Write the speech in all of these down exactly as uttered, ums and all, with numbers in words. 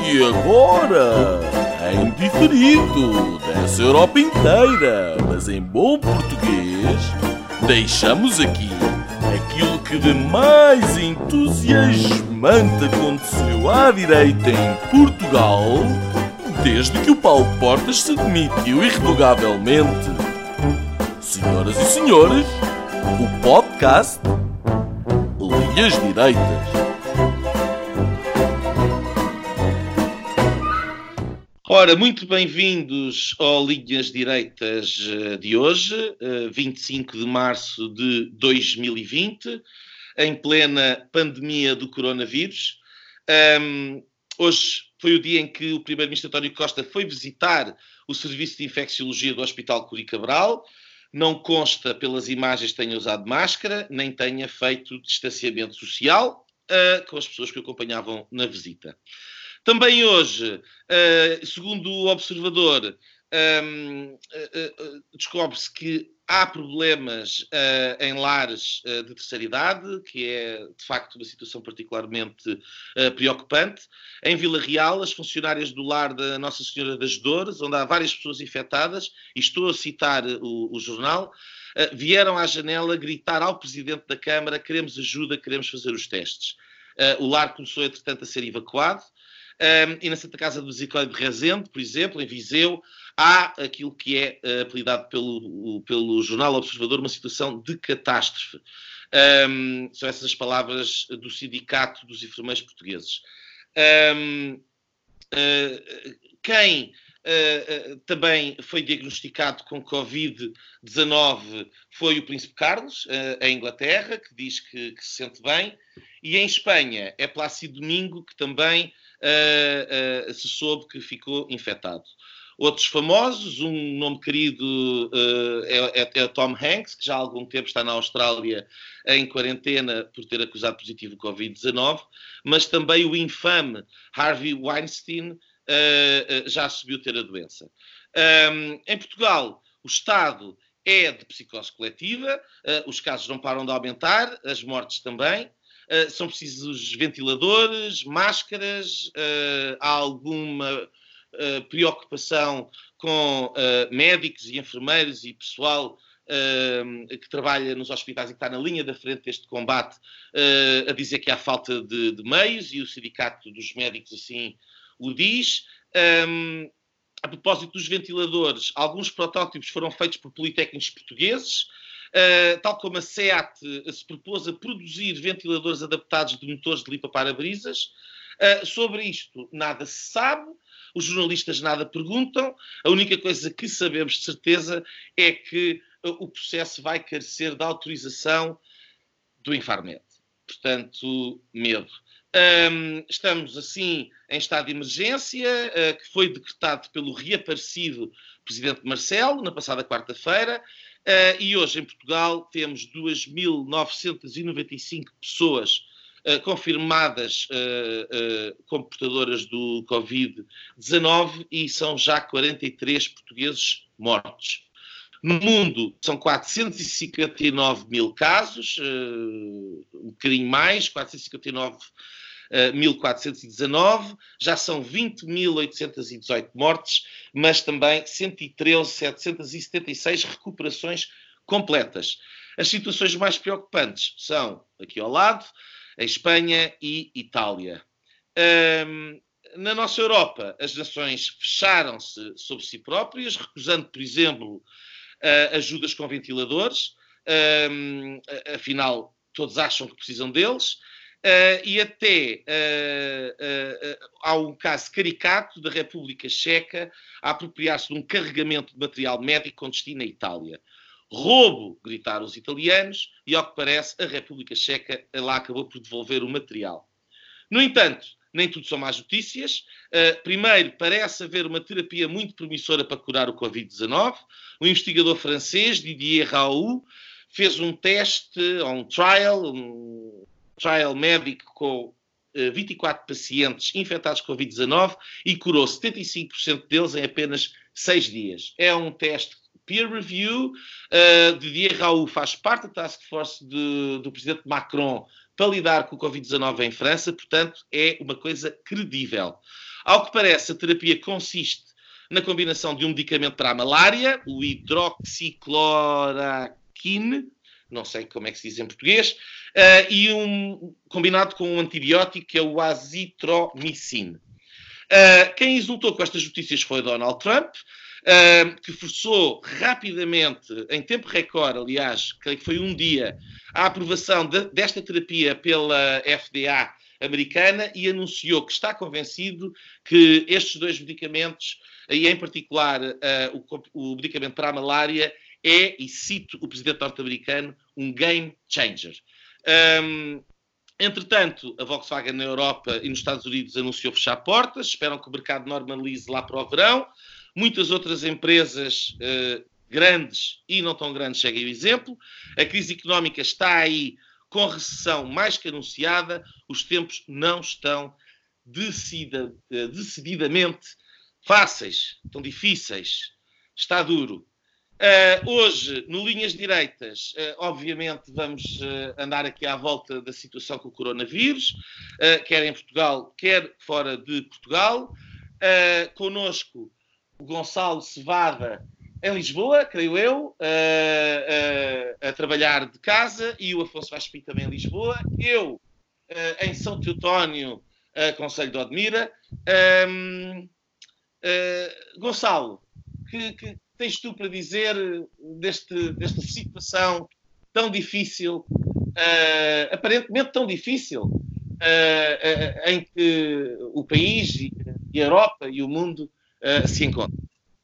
E agora, em diferido dessa Europa inteira, mas em bom português, deixamos aqui aquilo que de mais entusiasmante aconteceu à direita em Portugal desde que o Paulo Portas se demitiu irrevogavelmente. Senhoras e senhores, o podcast Linhas Direitas. Ora, muito bem-vindos ao Linhas Direitas de hoje, vinte e cinco de março de dois mil e vinte, em plena pandemia do coronavírus. Um, hoje foi o dia em que o primeiro-ministro António Costa foi visitar o Serviço de Infecciologia do Hospital Curi Cabral. Não consta pelas imagens que tenha usado máscara, nem tenha feito distanciamento social uh, com as pessoas que o acompanhavam na visita. Também hoje, uh, segundo o Observador, um, uh, uh, descobre-se que há problemas uh, em lares uh, de terceira idade, que é, de facto, uma situação particularmente uh, preocupante. Em Vila Real, as funcionárias do lar da Nossa Senhora das Dores, onde há várias pessoas infectadas, e estou a citar o, o jornal, uh, vieram à janela gritar ao Presidente da Câmara: queremos ajuda, queremos fazer os testes. Uh, o lar começou, entretanto, a ser evacuado. Um, e na Santa Casa do Misericórdia de Rezende, por exemplo, em Viseu, há aquilo que é uh, apelidado pelo, o, pelo jornal Observador uma situação de catástrofe. Um, são essas as palavras do Sindicato dos Enfermeiros Portugueses. Um, uh, quem uh, uh, também foi diagnosticado com covid dezanove foi o Príncipe Carlos, uh, em Inglaterra, que diz que, que se sente bem. E em Espanha é Plácido Domingo, que também Uh, uh, se soube que ficou infectado. Outros famosos, um nome querido uh, é, é, é Tom Hanks, que já há algum tempo está na Austrália em quarentena por ter acusado positivo o covid dezanove, mas também o infame Harvey Weinstein uh, uh, já assumiu ter a doença. Um, em Portugal, o Estado é de psicose coletiva, uh, os casos não param de aumentar, as mortes também. Uh, são precisos ventiladores, máscaras, uh, há alguma uh, preocupação com uh, médicos e enfermeiros e pessoal uh, que trabalha nos hospitais e que está na linha da frente deste combate uh, a dizer que há falta de, de meios, e o Sindicato dos Médicos assim o diz. Um, a propósito dos ventiladores, alguns protótipos foram feitos por politécnicos portugueses. Uh, tal como a SEAT uh, se propôs a produzir ventiladores adaptados de motores de limpa-parabrisas. Uh, sobre isto nada se sabe, os jornalistas nada perguntam, a única coisa que sabemos de certeza é que uh, o processo vai carecer da autorização do Infarmed. Portanto, medo. Um, estamos, assim, em estado de emergência, uh, que foi decretado pelo reaparecido Presidente Marcelo, na passada quarta-feira. Uh, e hoje, em Portugal, temos duas mil novecentas e noventa e cinco pessoas uh, confirmadas uh, uh, como portadoras do covid dezanove e são já quarenta e três portugueses mortos. No mundo, são quatrocentos e cinquenta e nove mil casos, uh, um bocadinho mais, quatrocentos e cinquenta e nove mil quatrocentos e dezanove, já são vinte mil oitocentos e dezoito mortes, mas também cento e treze mil setecentos e setenta e seis recuperações completas. As situações mais preocupantes são, aqui ao lado, a Espanha e Itália. Um, na nossa Europa, as nações fecharam-se sobre si próprias, recusando, por exemplo, uh, ajudas com ventiladores. Um, afinal, todos acham que precisam deles. Uh, e até uh, uh, uh, há um caso caricato da República Checa a apropriar-se de um carregamento de material médico com destino à Itália. Roubo, gritaram os italianos, e ao que parece a República Checa lá acabou por devolver o material. No entanto, nem tudo são más notícias. Uh, primeiro, parece haver uma terapia muito promissora para curar o covid dezanove. O investigador francês Didier Raoult fez um teste, ou um trial, um trial médico com uh, vinte e quatro pacientes infectados com covid dezanove e curou setenta e cinco por cento deles em apenas seis dias. É um teste peer review. Uh, Didier Raoult faz parte da task force de, do presidente Macron para lidar com o covid dezanove em França, portanto, é uma coisa credível. Ao que parece, a terapia consiste na combinação de um medicamento para a malária, o hidroxicloroquine, não sei como é que se diz em português, uh, e um combinado com um antibiótico que é o azitromicina. Uh, quem exultou com estas notícias foi Donald Trump, uh, que forçou rapidamente, em tempo recorde, aliás, que foi um dia, a aprovação de, desta terapia pela F D A americana e anunciou que está convencido que estes dois medicamentos, e em particular uh, o, o medicamento para a malária, é, e cito o presidente norte-americano, um game changer. Um, entretanto, a Volkswagen na Europa e nos Estados Unidos anunciou fechar portas, esperam que o mercado normalize lá para o verão. Muitas outras empresas uh, grandes e não tão grandes seguem o exemplo. A crise económica está aí com recessão mais que anunciada. Os tempos não estão decida, uh, decididamente fáceis, estão difíceis. Está duro. Uh, hoje, no Linhas Direitas, uh, obviamente vamos uh, andar aqui à volta da situação com o coronavírus, uh, quer em Portugal, quer fora de Portugal. Uh, connosco o Gonçalo Cevada em Lisboa, creio eu, uh, uh, a trabalhar de casa, e o Afonso Vaz Pinto também em Lisboa. Eu, uh, em São Teotónio, uh, Concelho de Odmira. Um, uh, Gonçalo, que... que tens tu para dizer deste, desta situação tão difícil, uh, aparentemente tão difícil, uh, uh, em que o país e a Europa e o mundo uh, se encontram?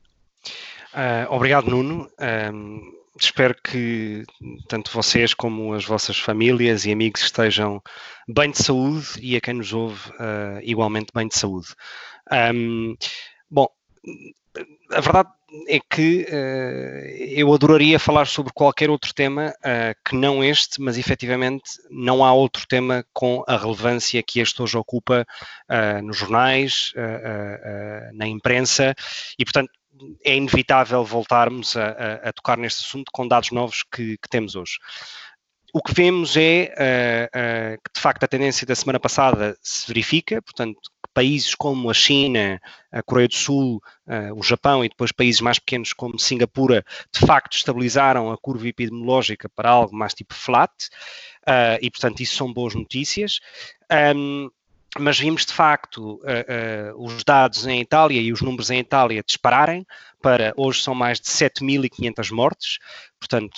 Uh, obrigado, Nuno. Um, espero que tanto vocês como as vossas famílias e amigos estejam bem de saúde e a quem nos ouve uh, igualmente bem de saúde. Um, bom, a verdade é que uh, eu adoraria falar sobre qualquer outro tema uh, que não este, mas efetivamente não há outro tema com a relevância que este hoje ocupa uh, nos jornais, uh, uh, uh, na imprensa, e portanto é inevitável voltarmos a, a, a tocar neste assunto com dados novos que, que temos hoje. O que vemos é uh, uh, que de facto a tendência da semana passada se verifica, portanto países como a China, a Coreia do Sul, uh, o Japão e depois países mais pequenos como Singapura, de facto estabilizaram a curva epidemiológica para algo mais tipo flat, uh, e portanto isso são boas notícias. Um, mas vimos de facto uh, uh, os dados em Itália e os números em Itália dispararem para, hoje são mais de sete mil e quinhentas mortes, portanto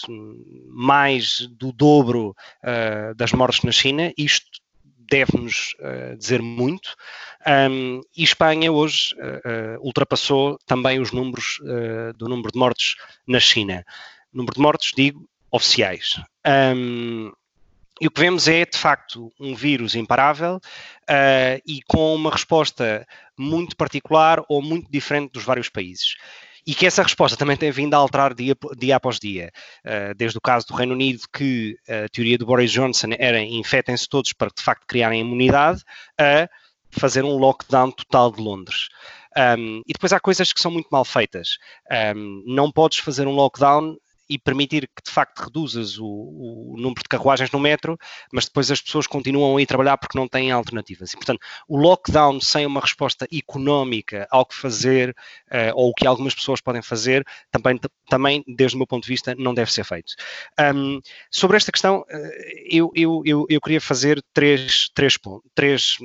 mais do dobro uh, das mortes na China. Isto deve-nos uh, dizer muito, um, e Espanha hoje uh, uh, ultrapassou também os números uh, do número de mortes na China. Número de mortes, digo, oficiais. Um, e o que vemos é, de facto, um vírus imparável uh, e com uma resposta muito particular ou muito diferente dos vários países. E que essa resposta também tem vindo a alterar dia, dia após dia. Uh, desde o caso do Reino Unido, que a teoria do Boris Johnson era infectem-se todos para, de facto, criarem imunidade, a fazer um lockdown total de Londres. Um, e depois há coisas que são muito mal feitas. Um, não podes fazer um lockdown e permitir que, de facto, reduzas o, o número de carruagens no metro, mas depois as pessoas continuam a ir trabalhar porque não têm alternativas. E, portanto, o lockdown sem uma resposta económica ao que fazer, uh, ou o que algumas pessoas podem fazer, também, também, desde o meu ponto de vista, não deve ser feito. Um, sobre esta questão, uh, eu, eu, eu, eu queria fazer três, três pontos, três...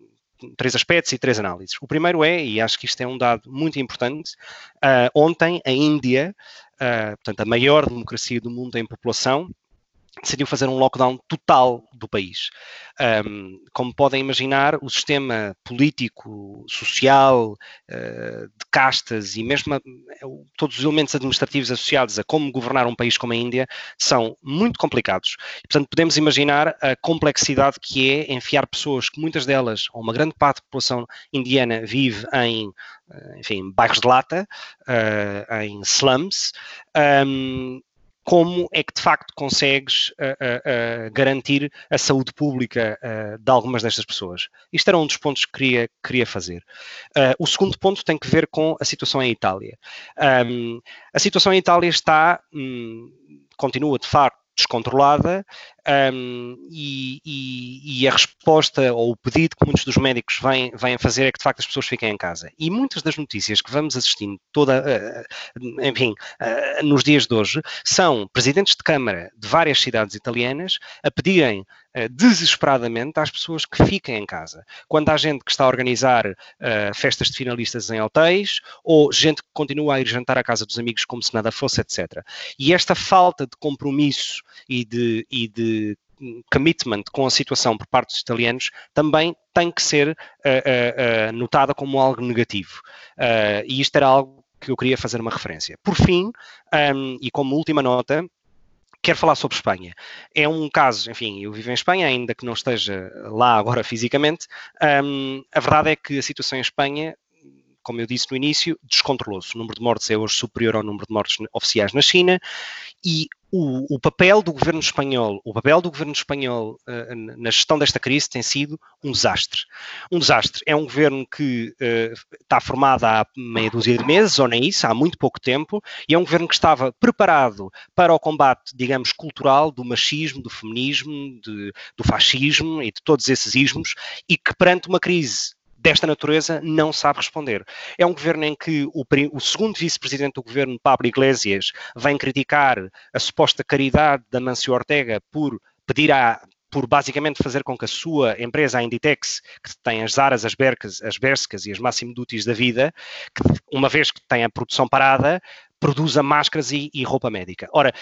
três aspectos e três análises. O primeiro é, e acho que isto é um dado muito importante, uh, ontem a Índia, uh, portanto a maior democracia do mundo em população, decidiu fazer um lockdown total do país. Um, como podem imaginar, o sistema político, social, uh, de castas e mesmo a, todos os elementos administrativos associados a como governar um país como a Índia são muito complicados. E, portanto, podemos imaginar a complexidade que é enfiar pessoas que muitas delas, ou uma grande parte da população indiana, vive em, enfim, bairros de lata, uh, em slums, um, como é que de facto consegues uh, uh, uh, garantir a saúde pública uh, de algumas destas pessoas. Isto era um dos pontos que queria, queria fazer. Uh, o segundo ponto tem que ver com a situação em Itália. Um, a situação em Itália está, um, continua de facto descontrolada, Um, e, e, e a resposta ou o pedido que muitos dos médicos vêm, vêm fazer é que de facto as pessoas fiquem em casa. E muitas das notícias que vamos assistindo toda, uh, enfim, uh, nos dias de hoje, são presidentes de Câmara de várias cidades italianas a pedirem uh, desesperadamente às pessoas que fiquem em casa. Quando há gente que está a organizar uh, festas de finalistas em hotéis, ou gente que continua a ir jantar à casa dos amigos como se nada fosse, etcétera. E esta falta de compromisso e de, e de commitment com a situação por parte dos italianos também tem que ser uh, uh, uh, notada como algo negativo. Uh, e isto era algo que eu queria fazer uma referência. Por fim, um, e como última nota, quero falar sobre Espanha. É um caso, enfim, eu vivo em Espanha, ainda que não esteja lá agora fisicamente. Um, a verdade é que a situação em Espanha, como eu disse no início, descontrolou-se. O número de mortes é hoje superior ao número de mortes oficiais na China e o, o papel do governo espanhol, o papel do governo espanhol uh, na gestão desta crise tem sido um desastre. Um desastre. É um governo que uh, está formado há meia dúzia de meses, ou nem isso, há muito pouco tempo, e é um governo que estava preparado para o combate, digamos, cultural do machismo, do feminismo, de, do fascismo e de todos esses ismos, e que perante uma crise desta natureza não sabe responder. É um governo em que o, o segundo vice-presidente do governo, Pablo Iglesias, vem criticar a suposta caridade da Amancio Ortega por pedir a por basicamente fazer com que a sua empresa, a Inditex, que tem as Zaras, as Bershkas, as Bershkas e as Massimo Duttis da vida, que uma vez que tem a produção parada, produza máscaras e, e roupa médica. Ora,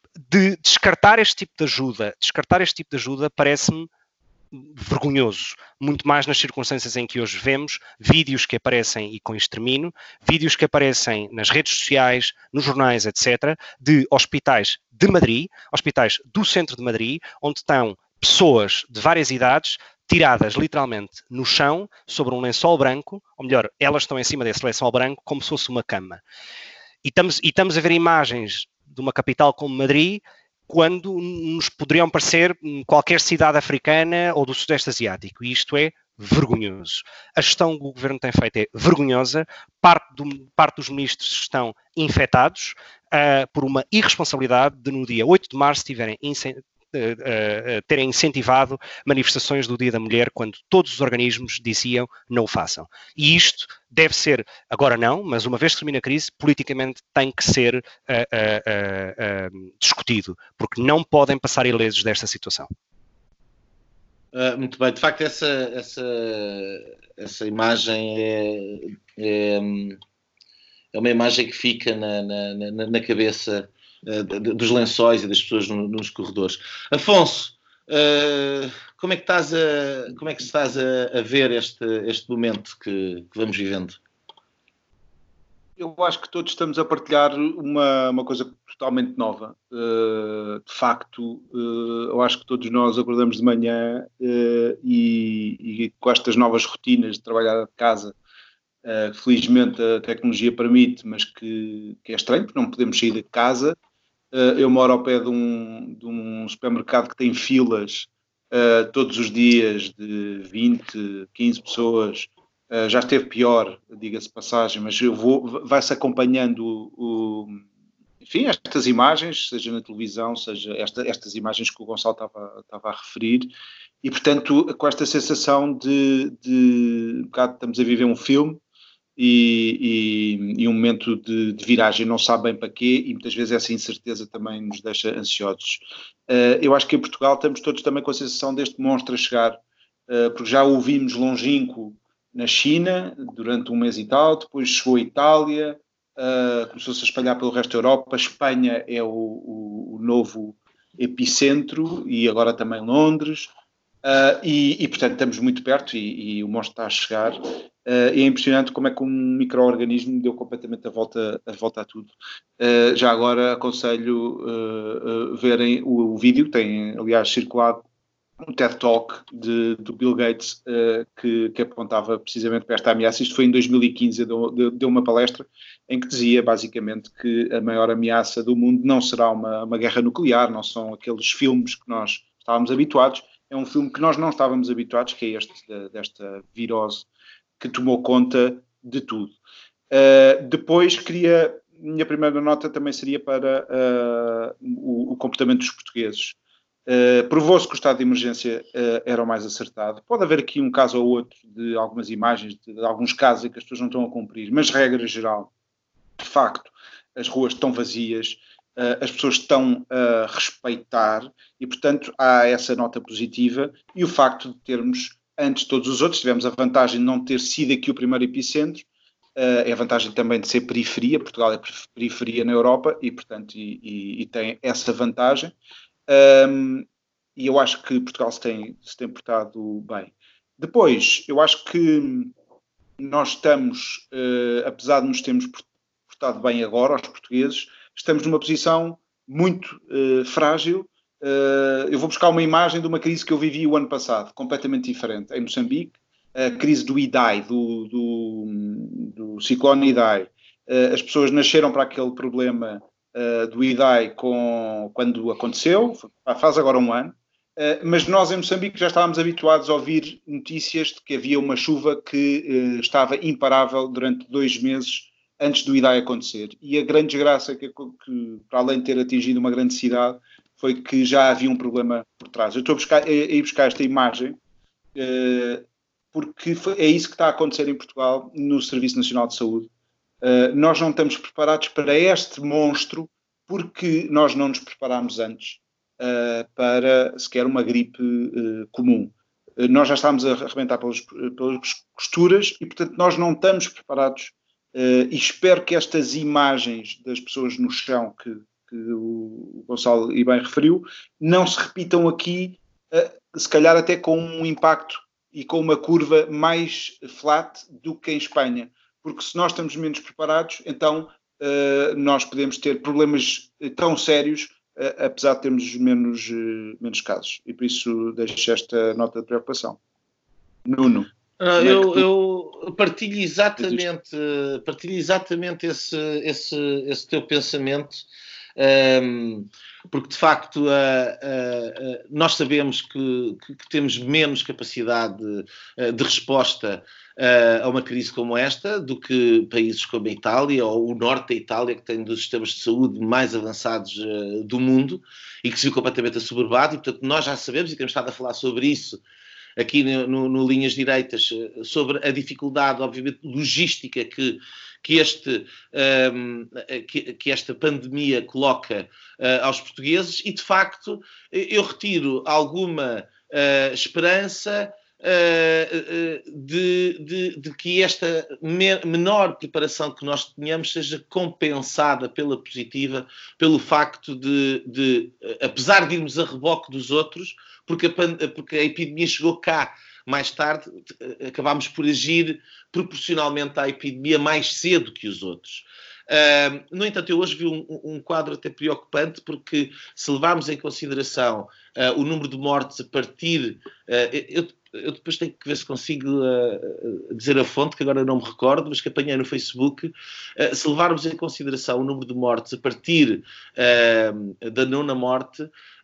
de descartar este tipo de ajuda, descartar este tipo de ajuda parece-me vergonhoso, muito mais nas circunstâncias em que hoje vemos vídeos que aparecem, e com isto termino, vídeos que aparecem nas redes sociais, nos jornais, etcétera, de hospitais de Madrid, hospitais do centro de Madrid, onde estão pessoas de várias idades tiradas literalmente no chão, sobre um lençol branco, ou melhor, elas estão em cima desse lençol branco como se fosse uma cama. E estamos, e estamos a ver imagens de uma capital como Madrid quando nos poderiam parecer qualquer cidade africana ou do Sudeste Asiático. E isto é vergonhoso. A gestão que o governo tem feito é vergonhosa. Parte, do, parte dos ministros estão infectados uh, por uma irresponsabilidade de, no dia oito de março, tiverem incen- uh, uh, terem incentivado manifestações do Dia da Mulher, quando todos os organismos diziam não o façam. E isto deve ser, agora não, mas uma vez que termina a crise, politicamente tem que ser uh, uh, uh, uh, discutido, porque não podem passar ilesos desta situação. Uh, muito bem, de facto essa, essa, essa imagem é, é, é uma imagem que fica na, na, na cabeça uh, dos lençóis e das pessoas no, nos corredores. Afonso, uh, como é que estás a, como é que estás a, a ver este, este momento que, que vamos vivendo? Eu acho que todos estamos a partilhar uma, uma coisa totalmente nova. Uh, de facto, uh, eu acho que todos nós acordamos de manhã uh, e, e com estas novas rotinas de trabalhar de casa, uh, felizmente a tecnologia permite, mas que, que é estranho, porque não podemos sair de casa. Uh, eu moro ao pé de um, de um supermercado que tem filas uh, todos os dias de vinte, quinze pessoas. Uh, já esteve pior, diga-se passagem, mas eu vou, vai-se acompanhando o, o, enfim, estas imagens, seja na televisão, seja esta, estas imagens que o Gonçalo estava, estava a referir, e portanto com esta sensação de, de um bocado estamos a viver um filme e, e, e um momento de, de viragem, não sabe bem para quê, e muitas vezes essa incerteza também nos deixa ansiosos. Uh, eu acho que em Portugal estamos todos também com a sensação deste monstro a chegar, uh, porque já o vimos longínquo na China, durante um mês e tal, depois chegou a Itália, uh, começou-se a espalhar pelo resto da Europa, Espanha é o, o, o novo epicentro, e agora também Londres, uh, e, e portanto estamos muito perto, e, e o monstro está a chegar, uh, e é impressionante como é que um micro-organismo deu completamente a volta a, volta a tudo. Uh, já agora aconselho uh, uh, verem o, o vídeo, tem aliás circulado um TED Talk de, do Bill Gates uh, que, que apontava precisamente para esta ameaça. Isto foi em dois mil e quinze, deu, deu, deu uma palestra em que dizia basicamente que a maior ameaça do mundo não será uma, uma guerra nuclear, não são aqueles filmes que nós estávamos habituados, é um filme que nós não estávamos habituados, que é este, de, desta virose que tomou conta de tudo. Uh, depois queria, minha primeira nota também seria para uh, o, o comportamento dos portugueses. Uh, provou-se que o estado de emergência uh, era o mais acertado. Pode haver aqui um caso ou outro de algumas imagens, de, de alguns casos em que as pessoas não estão a cumprir, mas regra geral, de facto, as ruas estão vazias, uh, as pessoas estão a respeitar e, portanto, há essa nota positiva. E o facto de termos, antes de todos os outros, tivemos a vantagem de não ter sido aqui o primeiro epicentro, uh, é a vantagem também de ser periferia. Portugal é periferia na Europa e, portanto, e, e, e tem essa vantagem. Um, e eu acho que Portugal se tem, se tem portado bem. Depois, eu acho que nós estamos, uh, apesar de nos termos portado bem agora, os portugueses, estamos numa posição muito uh, frágil. Uh, eu vou buscar uma imagem de uma crise que eu vivi o ano passado, completamente diferente, em Moçambique, a crise do Idai, do, do, do ciclone Idai. Uh, as pessoas nasceram para aquele problema Uh, do Idai com, quando aconteceu, faz agora um ano, uh, mas nós em Moçambique já estávamos habituados a ouvir notícias de que havia uma chuva que uh, estava imparável durante dois meses antes do Idai acontecer. E a grande desgraça, que, que para além de ter atingido uma grande cidade, foi que já havia um problema por trás. Eu estou a, buscar, a, a ir buscar esta imagem uh, porque foi, é isso que está a acontecer em Portugal no Serviço Nacional de Saúde. Uh, nós não estamos preparados para este monstro porque nós não nos preparámos antes uh, para sequer uma gripe uh, comum. Uh, nós já estávamos a arrebentar pelas, pelas costuras e, portanto, nós não estamos preparados uh, e espero que estas imagens das pessoas no chão que, que o Gonçalo e bem referiu não se repitam aqui, uh, se calhar até com um impacto e com uma curva mais flat do que em Espanha. Porque se nós estamos menos preparados, então uh, nós podemos ter problemas tão sérios, uh, apesar de termos menos, uh, menos casos. E por isso deixo esta nota de preocupação. Nuno. Ah, eu, eu partilho exatamente, partilho exatamente esse, esse, esse teu pensamento, um, porque de facto uh, uh, uh, nós sabemos que, que, que temos menos capacidade uh, de resposta uh, a uma crise como esta do que países como a Itália ou o norte da Itália, que tem dos sistemas de saúde mais avançados uh, do mundo e que se viu completamente assoberbado. E portanto nós já sabemos, e temos estado a falar sobre isso aqui no, no, no Linhas Direitas, sobre a dificuldade, obviamente, logística que, que, este, um, que, que esta pandemia coloca uh, aos portugueses e, de facto, eu retiro alguma uh, esperança uh, uh, de, de, de que esta me, menor preparação que nós tenhamos seja compensada pela positiva, pelo facto de, de apesar de irmos a reboque dos outros, Porque a, porque a epidemia chegou cá mais tarde, acabámos por agir proporcionalmente à epidemia mais cedo que os outros. Uh, no entanto, eu hoje vi um, um quadro até preocupante, porque se levarmos em consideração uh, o número de mortes a partir... Uh, eu, eu depois tenho que ver se consigo uh, dizer a fonte, que agora não me recordo, mas que apanhei no Facebook. Uh, se levarmos em consideração o número de mortes a partir uh, da nona morte...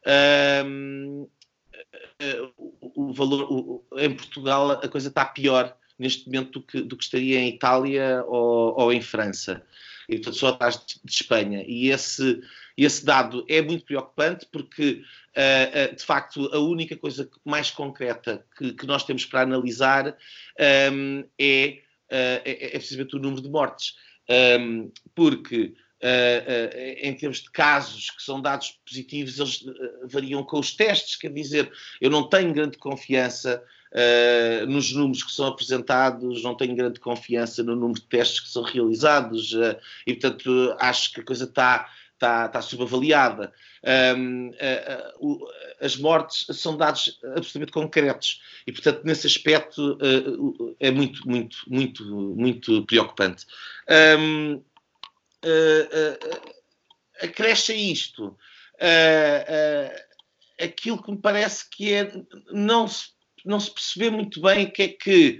Uh, Uh, o, o valor o, em Portugal a coisa está pior neste momento do que, do que estaria em Itália ou, ou em França, e portanto só atrás de, de Espanha, e esse, esse dado é muito preocupante porque uh, uh, de facto a única coisa mais concreta que, que nós temos para analisar um, é, uh, é, é precisamente o número de mortes, um, porque Uh, uh, em termos de casos que são dados positivos, eles uh, variam com os testes. Quer dizer, eu não tenho grande confiança uh, nos números que são apresentados, não tenho grande confiança no número de testes que são realizados, uh, e portanto uh, acho que a coisa está tá, tá subavaliada. Um, uh, uh, as mortes são dados absolutamente concretos e portanto nesse aspecto uh, é muito, muito, muito, muito preocupante. Um, Uh, uh, acresce a isto uh, uh, aquilo que me parece que é não se, não se perceber muito bem o que é que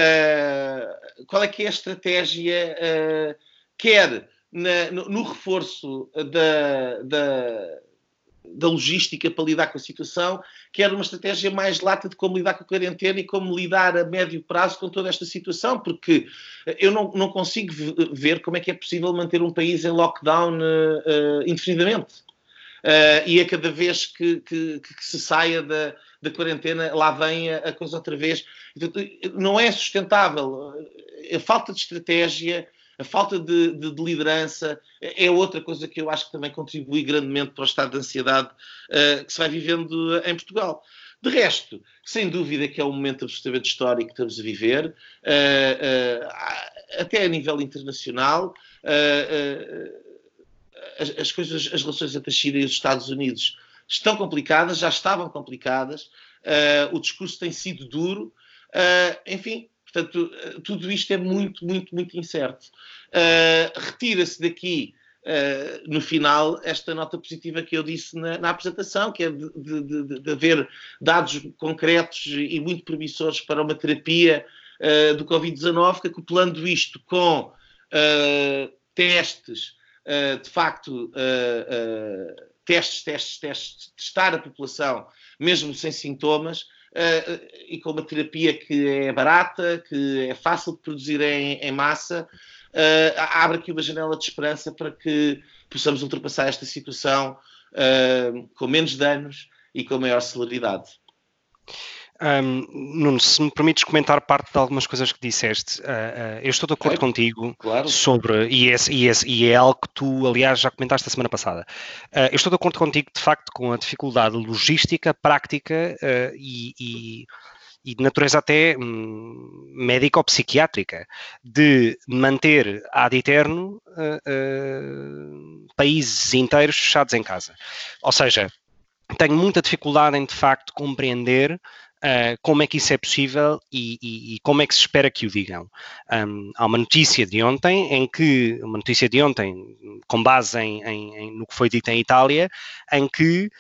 uh, qual é que é a estratégia uh, quer na, no, no reforço da, da da logística para lidar com a situação, que era uma estratégia mais lata de como lidar com a quarentena e como lidar a médio prazo com toda esta situação, porque eu não, não consigo ver como é que é possível manter um país em lockdown uh, uh, indefinidamente. uh, e a cada vez que, que, que se saia da, da quarentena, lá vem a, a coisa outra vez. Não é sustentável. A falta de estratégia, a falta de, de, de liderança é outra coisa que eu acho que também contribui grandemente para o estado de ansiedade uh, que se vai vivendo em Portugal. De resto, sem dúvida que é um momento absolutamente histórico que estamos a viver, uh, uh, até a nível internacional. Uh, uh, as, as coisas, as relações entre a China e os Estados Unidos estão complicadas, já estavam complicadas, uh, o discurso tem sido duro, uh, enfim, portanto, uh, tudo isto é muito, muito, muito incerto. Uh, retira-se daqui, uh, no final, esta nota positiva que eu disse na, na apresentação, que é de, de, de, de haver dados concretos e muito promissores para uma terapia uh, do covid dezanove, que acoplando isto com uh, testes, uh, de facto, uh, uh, testes, testes, testes, testar a população, mesmo sem sintomas, uh, e com uma terapia que é barata, que é fácil de produzir em, em massa, uh, abre aqui uma janela de esperança para que possamos ultrapassar esta situação uh, com menos danos e com maior celeridade. Um, Nuno, se me permites comentar parte de algumas coisas que disseste, uh, uh, eu estou de acordo é, contigo claro. sobre, e é, e, é, e é algo que tu, aliás, já comentaste a semana passada. Uh, eu estou de acordo contigo, de facto, com a dificuldade logística, prática uh, e, e, e de natureza até hum, médico-psiquiátrica, de manter ad eterno uh, uh, países inteiros fechados em casa. Ou seja, tenho muita dificuldade em, de facto, compreender Uh, como é que isso é possível e, e, e como é que se espera que o digam. Um, há uma notícia de ontem, em que, uma notícia de ontem, com base em, em, em, no que foi dito em Itália, em que,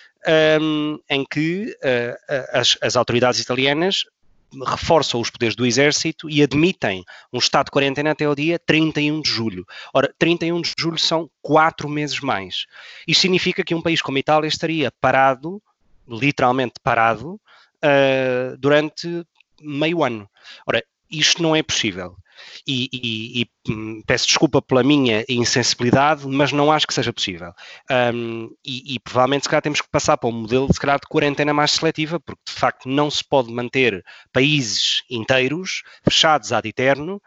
um, em que uh, as, as autoridades italianas reforçam os poderes do exército e admitem um estado de quarentena até ao dia trinta e um de julho. Ora, trinta e um de julho são quatro meses mais. Isto significa que um país como a Itália estaria parado, literalmente parado, Uh, durante meio ano. Ora, isto não é possível. E, e, e hum, peço desculpa pela minha insensibilidade, mas não acho que seja possível. Um, e, e provavelmente, se calhar, temos que passar para um modelo, se calhar, de quarentena mais seletiva, porque, de facto, não se pode manter países inteiros fechados ad eterno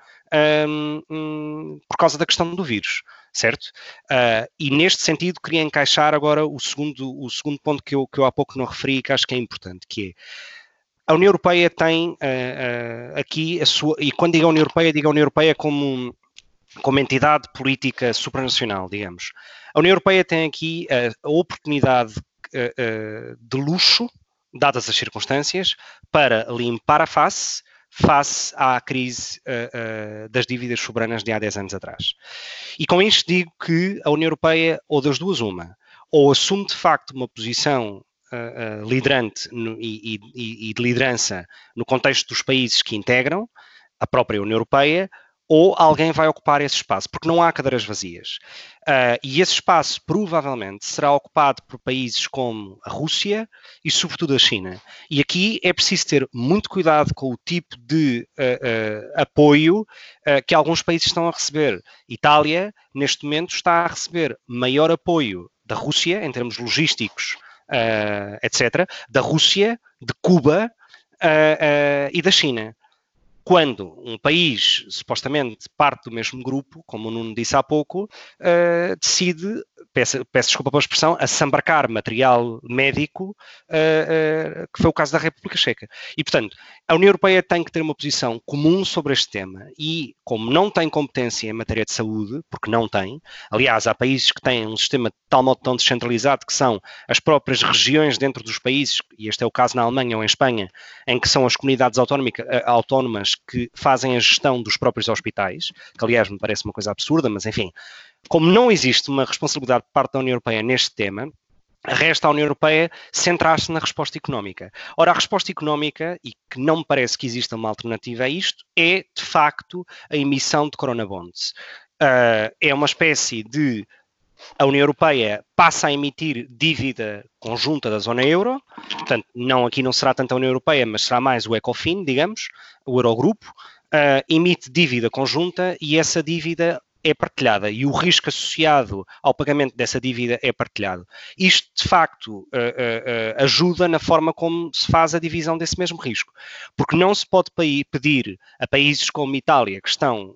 um, um, por causa da questão do vírus. Certo? Uh, e neste sentido queria encaixar agora o segundo, o segundo ponto que eu, que eu há pouco não referi e que acho que é importante, que é a União Europeia tem uh, uh, aqui a sua, e quando digo a União Europeia, digo a União Europeia como, como entidade política supranacional, digamos. A União Europeia tem aqui uh, a oportunidade uh, uh, de luxo, dadas as circunstâncias, para limpar a face face à crise uh, uh, das dívidas soberanas de há dez anos atrás. E com isto digo que a União Europeia, ou das duas uma, ou assume de facto uma posição uh, uh, liderante no, e, e, e de liderança no contexto dos países que integram a própria União Europeia, ou alguém vai ocupar esse espaço, porque não há cadeiras vazias. Uh, e esse espaço provavelmente será ocupado por países como a Rússia e sobretudo a China. E aqui é preciso ter muito cuidado com o tipo de uh, uh, apoio uh, que alguns países estão a receber. Itália, neste momento, está a receber maior apoio da Rússia, em termos logísticos, uh, etcétera, da Rússia, de Cuba uh, uh, e da China. Quando um país, supostamente parte do mesmo grupo, como o Nuno disse há pouco, uh, decide, peço, peço desculpa pela expressão, assambarcar material médico, uh, uh, que foi o caso da República Checa. E, portanto, a União Europeia tem que ter uma posição comum sobre este tema e, como não tem competência em matéria de saúde, porque não tem, aliás, há países que têm um sistema de tal modo tão descentralizado que são as próprias regiões dentro dos países, e este é o caso na Alemanha ou em Espanha, em que são as comunidades autónomas que fazem a gestão dos próprios hospitais, que aliás me parece uma coisa absurda, mas enfim, como não existe uma responsabilidade por parte da União Europeia neste tema, resta à União Europeia centrar-se na resposta económica. Ora, a resposta económica, e que não me parece que exista uma alternativa a isto, é de facto a emissão de coronabonds. Uh, é uma espécie de a União Europeia passa a emitir dívida conjunta da zona euro, portanto, não, aqui não será tanto a União Europeia, mas será mais o Ecofin, digamos, o Eurogrupo, uh, emite dívida conjunta e essa dívida é partilhada e o risco associado ao pagamento dessa dívida é partilhado. Isto, de facto, uh, uh, uh, ajuda na forma como se faz a divisão desse mesmo risco, porque não se pode pedir a países como Itália, que estão,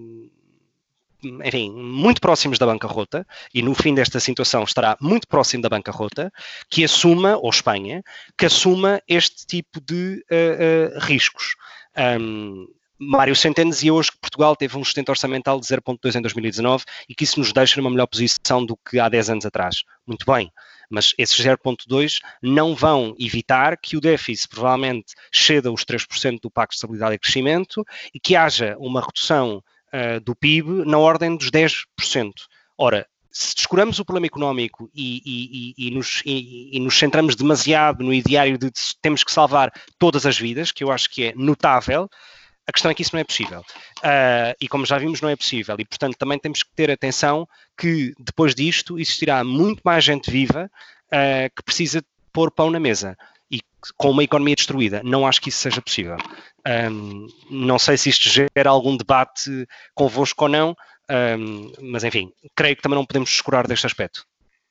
enfim, muito próximos da bancarrota, e no fim desta situação estará muito próximo da bancarrota, que assuma, ou Espanha, que assuma este tipo de uh, uh, riscos. Um, Mário Centeno dizia hoje que Portugal teve um excedente orçamental de zero vírgula dois em dois mil e dezanove e que isso nos deixa numa melhor posição do que há dez anos atrás. Muito bem, mas esses zero vírgula dois não vão evitar que o déficit provavelmente ceda os três por cento do Pacto de Estabilidade e Crescimento e que haja uma redução uh, do P I B na ordem dos dez por cento. Ora, se descuramos o problema económico e, e, e, e, nos, e, e nos centramos demasiado no ideário de temos que salvar todas as vidas, que eu acho que é notável, a questão é que isso não é possível. Uh, e como já vimos, não é possível. E, portanto, também temos que ter atenção que, depois disto, existirá muito mais gente viva uh, que precisa pôr pão na mesa. E com uma economia destruída, não acho que isso seja possível. Um, não sei se isto gera algum debate convosco ou não, um, mas, enfim, creio que também não podemos descurar deste aspecto.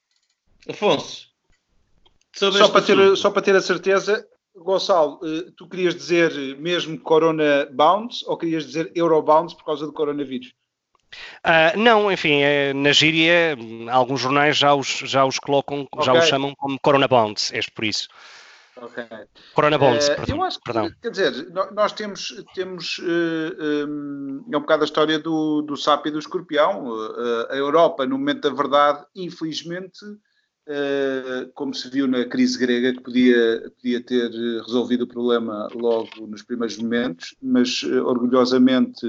Afonso, só para, ter, só para ter a certeza... Gonçalo, tu querias dizer mesmo Corona Bounds ou querias dizer Eurobounds por causa do coronavírus? Uh, não, enfim, é, na gíria, alguns jornais já os, já os colocam, okay. já os chamam como Corona Bonds, é por isso. Okay. Corona Bonds, uh, perdão. Eu acho que, perdão. Quer dizer, nós temos, temos uh, um, é um bocado a história do, do sapo e do escorpião. Uh, a Europa, no momento da verdade, infelizmente... Uh, como se viu na crise grega, que podia, podia ter resolvido o problema logo nos primeiros momentos, mas uh, orgulhosamente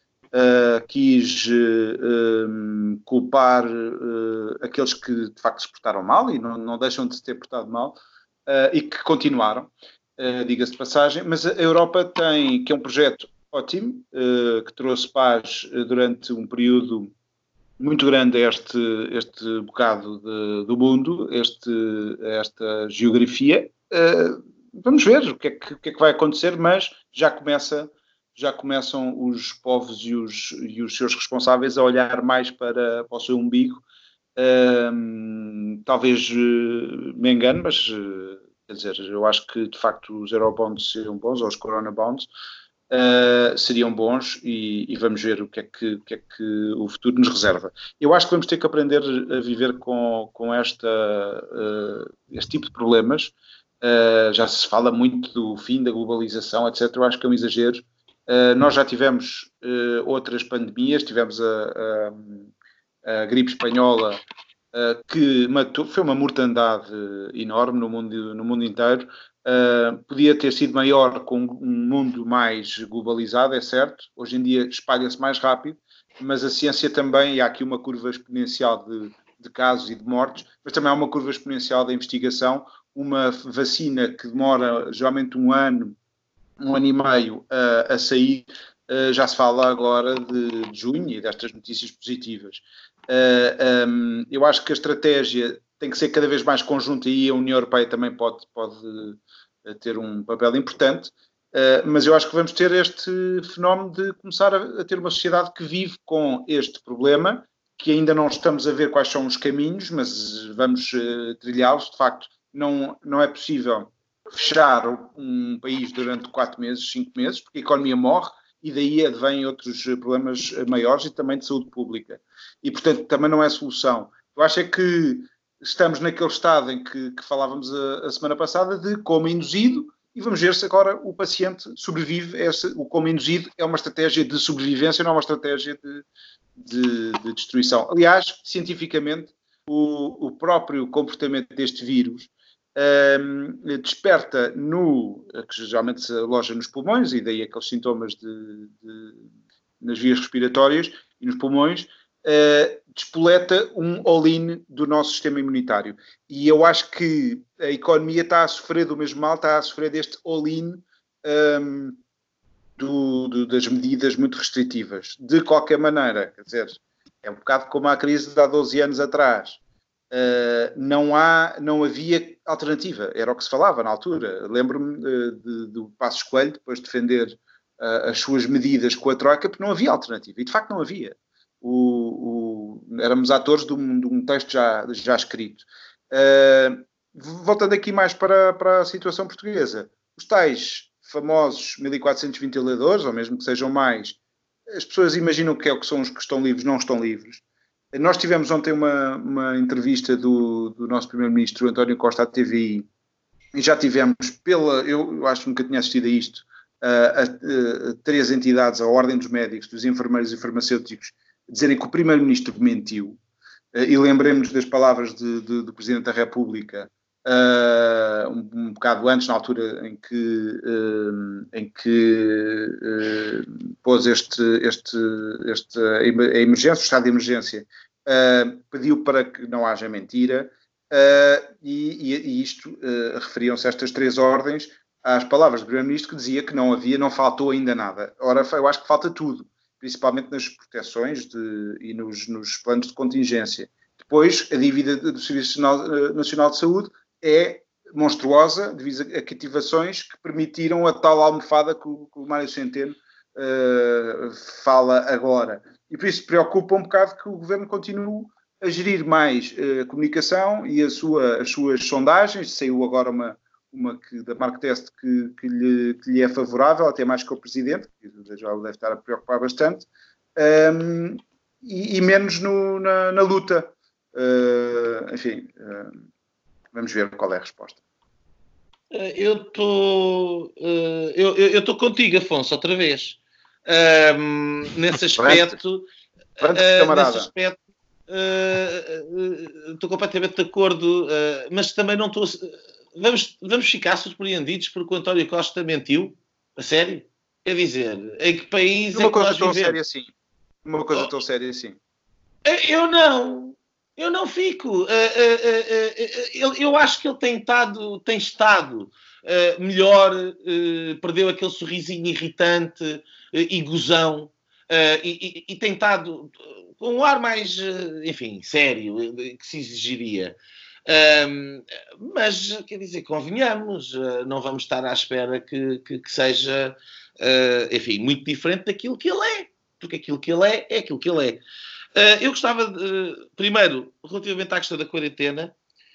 uh, quis uh, um, culpar uh, aqueles que de facto se portaram mal e não, não deixam de se ter portado mal uh, e que continuaram, uh, diga-se de passagem, mas a Europa tem, que é um projeto ótimo, uh, que trouxe paz durante um período muito grande este, este bocado de, do mundo, este, esta geografia. Uh, vamos ver o que, é que, o que é que vai acontecer, mas já, começa, já começam os povos e os, e os seus responsáveis a olhar mais para, para o seu umbigo. Uh, talvez uh, me engane, mas uh, quer dizer, eu acho que de facto os Eurobonds seriam bons, ou os Corona Bonds, Uh, seriam bons e, e vamos ver o que, é que, o que é que o futuro nos reserva. Eu acho que vamos ter que aprender a viver com, com esta, uh, este tipo de problemas. Uh, já se fala muito do fim da globalização, etcétera. Eu acho que é um exagero. Uh, nós já tivemos uh, outras pandemias, tivemos a, a, a gripe espanhola, uh, que matou, foi uma mortandade enorme no mundo, no mundo inteiro. Uh, podia ter sido maior com um mundo mais globalizado, é certo. Hoje em dia espalha-se mais rápido, mas a ciência também, e há aqui uma curva exponencial de, de casos e de mortes, mas também há uma curva exponencial da investigação. Uma vacina que demora geralmente um ano, um ano e meio uh, a sair, uh, já se fala agora de, de junho e destas notícias positivas. Uh, um, eu acho que a estratégia tem que ser cada vez mais conjunta e a União Europeia também pode, pode ter um papel importante, uh, mas eu acho que vamos ter este fenómeno de começar a, a ter uma sociedade que vive com este problema, que ainda não estamos a ver quais são os caminhos, mas vamos uh, trilhá-los. De facto, não, não é possível fechar um país durante quatro meses, cinco meses, porque a economia morre e daí advêm outros problemas maiores e também de saúde pública. E, portanto, também não é solução. Eu acho é que estamos naquele estado em que, que falávamos a, a semana passada de coma induzido e vamos ver se agora o paciente sobrevive. Esse, o coma induzido é uma estratégia de sobrevivência, não é uma estratégia de, de, de destruição. Aliás, cientificamente, o, o próprio comportamento deste vírus um, desperta no, que geralmente se aloja nos pulmões, e daí aqueles sintomas de, de, nas vias respiratórias e nos pulmões, Uh, despoleta um all-in do nosso sistema imunitário. E eu acho que a economia está a sofrer do mesmo mal, está a sofrer deste all-in um, do, do, das medidas muito restritivas. De qualquer maneira, quer dizer, é um bocado como a crise de há doze anos atrás. Uh, não, há, não havia alternativa, era o que se falava na altura. Lembro-me uh, de, do Passos Coelho depois de defender uh, as suas medidas com a Troika, porque não havia alternativa. E de facto não havia. o, o, éramos atores de um, de um texto já, já escrito. Uh, voltando aqui mais para, para a situação portuguesa, os tais famosos mil e quatrocentos ventiladores, ou mesmo que sejam mais, as pessoas imaginam que é o que são os que estão livres, não estão livres. Nós tivemos ontem uma, uma entrevista do, do nosso primeiro-ministro António Costa à T V I, e já tivemos, pela, eu, eu acho que nunca tinha assistido a isto, a, a, a três entidades, a Ordem dos Médicos, dos Enfermeiros e Farmacêuticos, dizerem que o primeiro-ministro mentiu. E lembremos das palavras de, de, do Presidente da República, uh, um, um bocado antes, na altura em que, uh, em que uh, pôs este, este, este, a emergência, o estado de emergência, uh, pediu para que não haja mentira, uh, e, e isto uh, referiam-se a estas três ordens, às palavras do Primeiro-Ministro, que dizia que não havia, não faltou ainda nada. Ora, eu acho que falta tudo, principalmente nas proteções de, e nos, nos planos de contingência. Depois, a dívida do Serviço Nacional de Saúde é monstruosa, devido a cativações que permitiram a tal almofada que o, que o Mário Centeno uh, fala agora. E por isso preocupa um bocado que o Governo continue a gerir mais uh, a comunicação e a sua, as suas sondagens. Saiu agora uma, uma que, da Mark Test que, que, lhe, que lhe é favorável, até mais que o Presidente, que já o deve estar a preocupar bastante, um, e, e menos no, na, na luta. Uh, enfim, uh, vamos ver qual é a resposta. Eu estou uh, eu, eu estou contigo, Afonso, outra vez. Um, nesse aspecto, Pronto, uh, nesse aspecto estou uh, uh, completamente de acordo, uh, mas também não estou. Vamos, vamos ficar surpreendidos porque o António Costa mentiu? A sério? Quer dizer, em que país uma é que coisa nós tão vivemos? séria assim. Uma coisa Oh. tão séria assim. Eu não. Eu não fico. Uh, uh, uh, uh, eu acho que ele tem estado, tem estado uh, melhor, uh, perdeu aquele sorrisinho irritante uh, e gozão, uh, e, e, e tem estado com um ar mais, uh, enfim, sério, uh, que se exigiria. Um, mas, quer dizer, convenhamos, uh, não vamos estar à espera que, que, que seja, uh, enfim, muito diferente daquilo que ele é, porque aquilo que ele é, é aquilo que ele é. Uh, eu gostava, de, uh, primeiro, relativamente à questão da quarentena,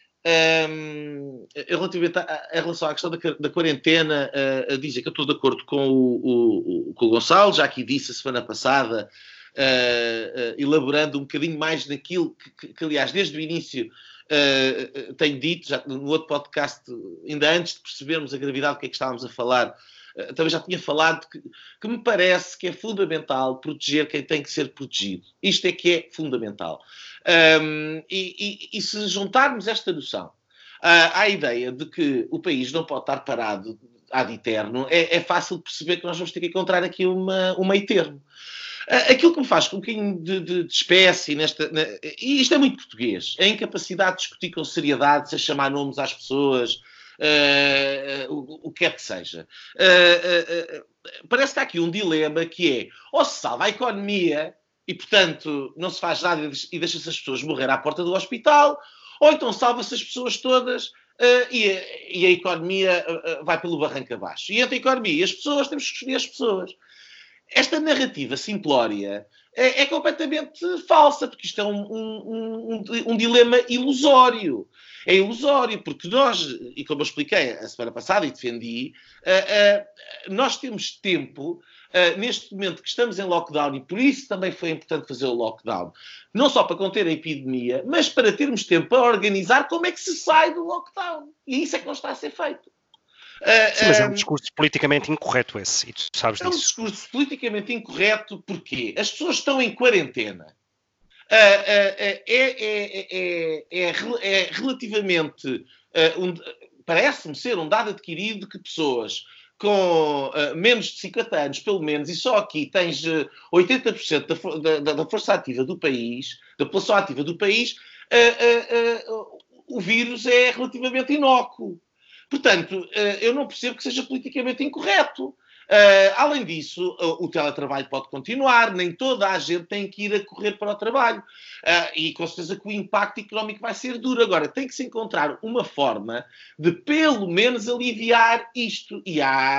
um, relativamente à, em relação à questão da, da quarentena, uh, a dizer que eu estou de acordo com o, o, com o Gonçalo, já aqui disse a semana passada, uh, uh, elaborando um bocadinho mais naquilo que, que, que aliás, desde o início uh, tenho dito, já no outro podcast, ainda antes de percebermos a gravidade do que é que estávamos a falar, também já tinha falado que, que me parece que é fundamental proteger quem tem que ser protegido. Isto é que é fundamental. Um, e, e, e se juntarmos esta noção uh, à ideia de que o país não pode estar parado ad eterno, é, é fácil perceber que nós vamos ter que encontrar aqui uma, um meio termo. Uh, aquilo que me faz com um bocadinho de, de, de espécie, nesta, na, e isto é muito português, é a incapacidade de discutir com seriedade, a chamar nomes às pessoas, Uh, uh, o, o que quer que seja. Uh, uh, uh, parece que há aqui um dilema que é, ou se salva a economia e, portanto, não se faz nada e deixa-se as pessoas morrer à porta do hospital, ou então salva-se as pessoas todas uh, e, a, e a economia uh, uh, vai pelo barranco abaixo. E entre a economia e as pessoas, temos que escolher as pessoas. Esta narrativa simplória é, é completamente falsa, porque isto é um, um, um, um dilema ilusório. É ilusório, porque nós, e como eu expliquei a semana passada e defendi, uh, uh, nós temos tempo, uh, neste momento que estamos em lockdown, e por isso também foi importante fazer o lockdown, não só para conter a epidemia, mas para termos tempo para organizar como é que se sai do lockdown. E isso é que não está a ser feito. Uh, Sim, mas é um discurso politicamente incorreto esse, e tu sabes disso. É um disso. discurso politicamente incorreto porque as pessoas estão em quarentena. Uh, uh, uh, é, é, é, é, é relativamente, uh, um, parece-me ser um dado adquirido que pessoas com uh, menos de cinquenta anos, pelo menos, e só aqui tens uh, oitenta por cento da, da, da força ativa do país, da população ativa do país, uh, uh, uh, o vírus é relativamente inócuo. Portanto, uh, eu não percebo que seja politicamente incorreto. Uh, além disso, uh, o teletrabalho pode continuar, nem toda a gente tem que ir a correr para o trabalho. Uh, e com certeza que o impacto económico vai ser duro. Agora, tem que se encontrar uma forma de, pelo menos, aliviar isto. E há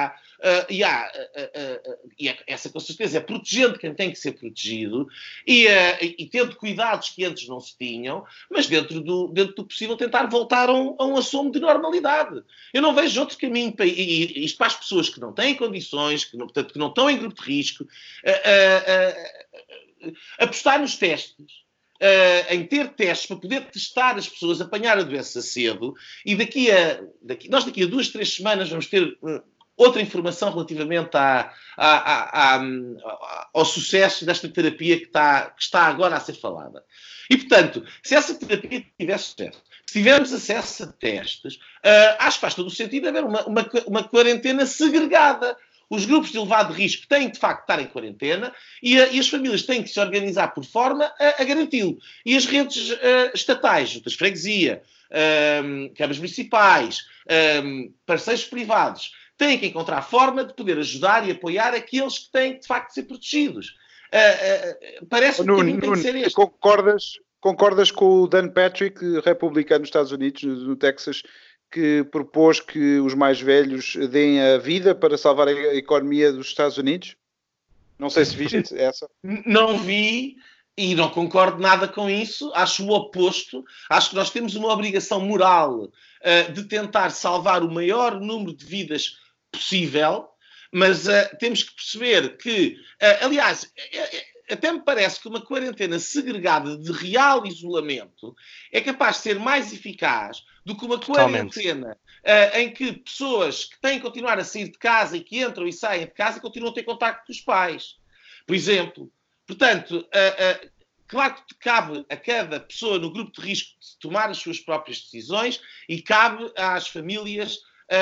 Uh, e, há, uh, uh, uh, e é, essa, com certeza, é protegendo quem tem que ser protegido e, uh, e, e tendo cuidados que antes não se tinham, mas dentro do, dentro do possível tentar voltar a um, a um assomo de normalidade. Eu não vejo outro caminho para e, e isto para as pessoas que não têm condições, que não, portanto, que não estão em grupo de risco, uh, uh, uh, uh, apostar nos testes. Uh, em ter testes para poder testar as pessoas, apanhar a doença cedo, e daqui a, daqui, nós daqui a duas, três semanas vamos ter uh, outra informação relativamente à, à, à, à, ao sucesso desta terapia que está, que está agora a ser falada. E, portanto, se essa terapia tiver sucesso, se tivermos acesso a testes, uh, acho que faz todo o sentido haver uma, uma, uma quarentena segregada. Os grupos de elevado risco têm, de facto, de estar em quarentena e, a, e as famílias têm que se organizar por forma a, a garanti-lo. E as redes uh, estatais, juntas de freguesia, um, câmaras municipais, um, parceiros privados, têm que encontrar forma de poder ajudar e apoiar aqueles que têm, de facto, de ser protegidos. Uh, uh, parece que o caminho tem que ser este. Concordas, concordas com o Dan Patrick, republicano nos Estados Unidos, no Texas, que propôs que os mais velhos deem a vida para salvar a economia dos Estados Unidos? Não sei se viste essa. Não vi e não concordo nada com isso. Acho o oposto. Acho que nós temos uma obrigação moral uh, de tentar salvar o maior número de vidas possível, mas uh, temos que perceber que, uh, aliás, até me parece que uma quarentena segregada de real isolamento é capaz de ser mais eficaz do que uma quarentena uh, em que pessoas que têm que continuar a sair de casa e que entram e saem de casa continuam a ter contacto com os pais, por exemplo. Portanto, uh, uh, claro que cabe a cada pessoa no grupo de risco de tomar as suas próprias decisões e cabe às famílias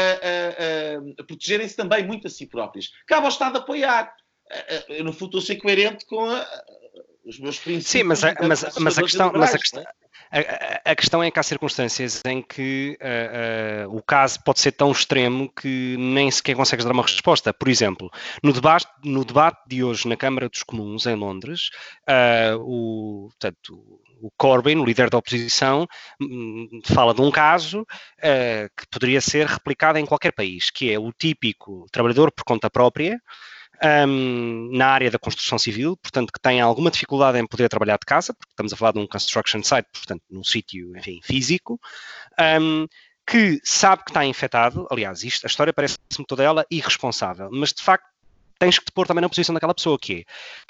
uh, uh, uh, protegerem-se também muito a si próprias. Cabe ao Estado apoiar. Eu, no fundo, estou a ser coerente com a, os meus princípios. Sim, mas a, mas, mas a questão... Mas a questão... A, a questão é que há circunstâncias em que uh, uh, o caso pode ser tão extremo que nem sequer consegues dar uma resposta. Por exemplo, no debate, no debate de hoje na Câmara dos Comuns, em Londres, uh, o, portanto, o Corbyn, o líder da oposição, um, fala de um caso uh, que poderia ser replicado em qualquer país, que é o típico trabalhador por conta própria, Um, na área da construção civil, portanto, que tem alguma dificuldade em poder trabalhar de casa, porque estamos a falar de um construction site, portanto, num sítio, enfim, físico, um, que sabe que está infectado. Aliás, isto, a história parece-me toda ela irresponsável, mas, de facto, tens que te pôr também na posição daquela pessoa, que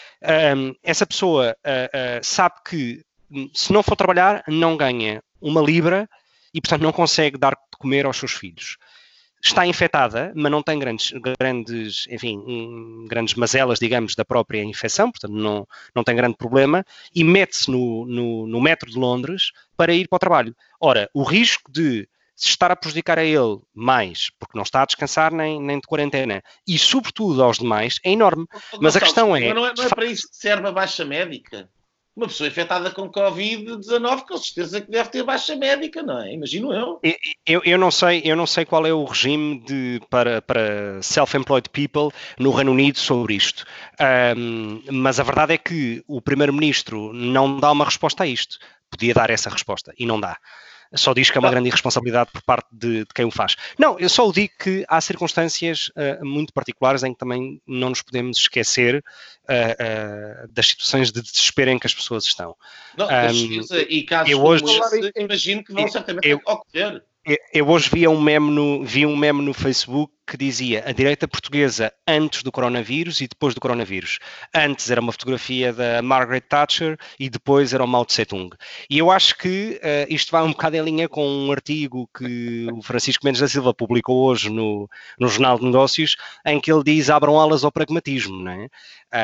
é, um, essa pessoa uh, uh, sabe que, se não for trabalhar, não ganha uma libra e, portanto, não consegue dar de comer aos seus filhos. Está infectada, mas não tem grandes, grandes, enfim, um, grandes mazelas, digamos, da própria infecção, portanto não, não tem grande problema, e mete-se no, no, no metro de Londres para ir para o trabalho. Ora, o risco de se estar a prejudicar a ele mais, porque não está a descansar nem, nem de quarentena, e sobretudo aos demais, é enorme. Oh, mas a questão é... Mas não é, não é para isso que serve a baixa médica? Uma pessoa infectada com covid dezanove, com certeza que deve ter baixa médica, não é? Imagino eu. Eu, eu, não, sei, eu não sei qual é o regime de, para, para self-employed people no Reino Unido sobre isto. Um, mas a verdade é que o Primeiro-Ministro não dá uma resposta a isto. Podia dar essa resposta e não dá. Só diz que é uma grande irresponsabilidade por parte de, de quem o faz. Não, eu só o digo que há circunstâncias uh, muito particulares em que também não nos podemos esquecer uh, uh, das situações de desespero em que as pessoas estão. Não, um, e casos eu como hoje, esse, imagino que vão certamente eu, ocorrer. Eu, eu hoje vi um meme no, vi um meme no Facebook que dizia: a direita portuguesa antes do coronavírus e depois do coronavírus. Antes era uma fotografia da Margaret Thatcher e depois era o Mao Tse-tung. E eu acho que uh, isto vai um bocado em linha com um artigo que o Francisco Mendes da Silva publicou hoje no, no Jornal de Negócios, em que ele diz: abram alas ao pragmatismo, não é?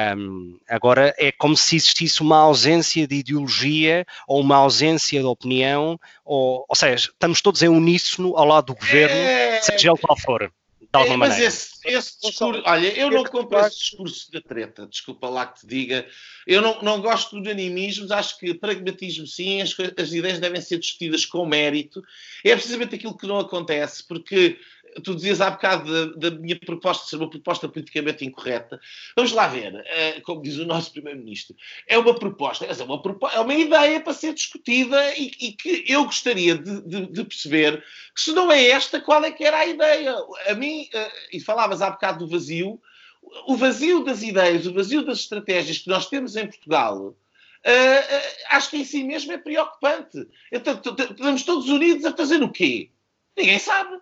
Um, agora é como se existisse uma ausência de ideologia ou uma ausência de opinião, ou, ou seja, estamos todos em uníssono ao lado do governo, é... seja ele qual for. É, mas esse, esse discurso, olha, eu não compro esse discurso da treta, desculpa lá que te diga, eu não, não gosto de unanimismos, acho que pragmatismo sim, as, as ideias devem ser discutidas com mérito, é precisamente aquilo que não acontece, porque tu dizias há bocado da, da minha proposta ser uma proposta politicamente incorreta. Vamos lá ver, uh, como diz o nosso Primeiro-Ministro, é uma proposta, é uma, proposta, é uma ideia para ser discutida e, e que eu gostaria de, de, de perceber que se não é esta, qual é que era a ideia? A mim, uh, e falavas há bocado do vazio, o vazio das ideias, o vazio das estratégias que nós temos em Portugal, Uh, uh, acho que em si mesmo é preocupante. Então, estamos todos unidos a fazer o quê? Ninguém sabe.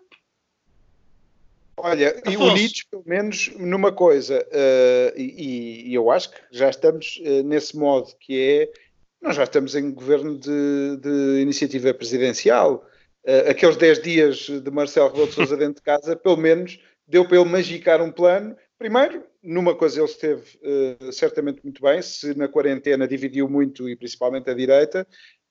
Olha, e unidos pelo menos numa coisa, uh, e, e eu acho que já estamos uh, nesse modo, que é, nós já estamos em governo de, de iniciativa presidencial. Uh, aqueles dez dias de Marcelo Rebelo de Sousa dentro de casa, pelo menos deu para ele magicar um plano. Primeiro, numa coisa ele esteve uh, certamente muito bem, se na quarentena dividiu muito, e principalmente a direita,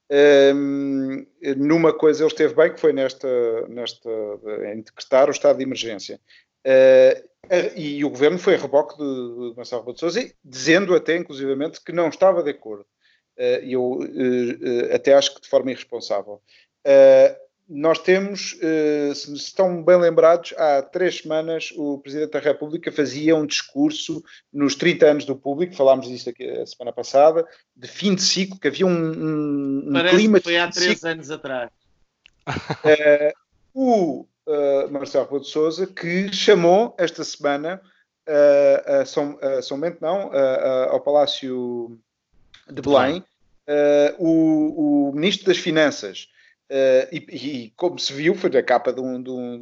um, numa coisa ele esteve bem, que foi nesta, nesta em decretar o estado de emergência. Uh, e o governo foi a reboque de, de Marcelo Rebelo de Sousa, dizendo até, inclusivamente, que não estava de acordo. E uh, eu uh, uh, até acho que de forma irresponsável. Uh, Nós temos, se estão bem lembrados, há três semanas o Presidente da República fazia um discurso nos trinta anos do Público, falámos disto aqui a semana passada, de fim de ciclo, que havia um, um, um Parece clima... que foi há três anos atrás. Uh, o uh, Marcelo Rebelo de Sousa, que chamou esta semana uh, a São, a São Bento, não, uh, uh, ao Palácio de Belém, uh, o, o Ministro das Finanças. Uh, e, e como se viu, foi na capa de um, de um,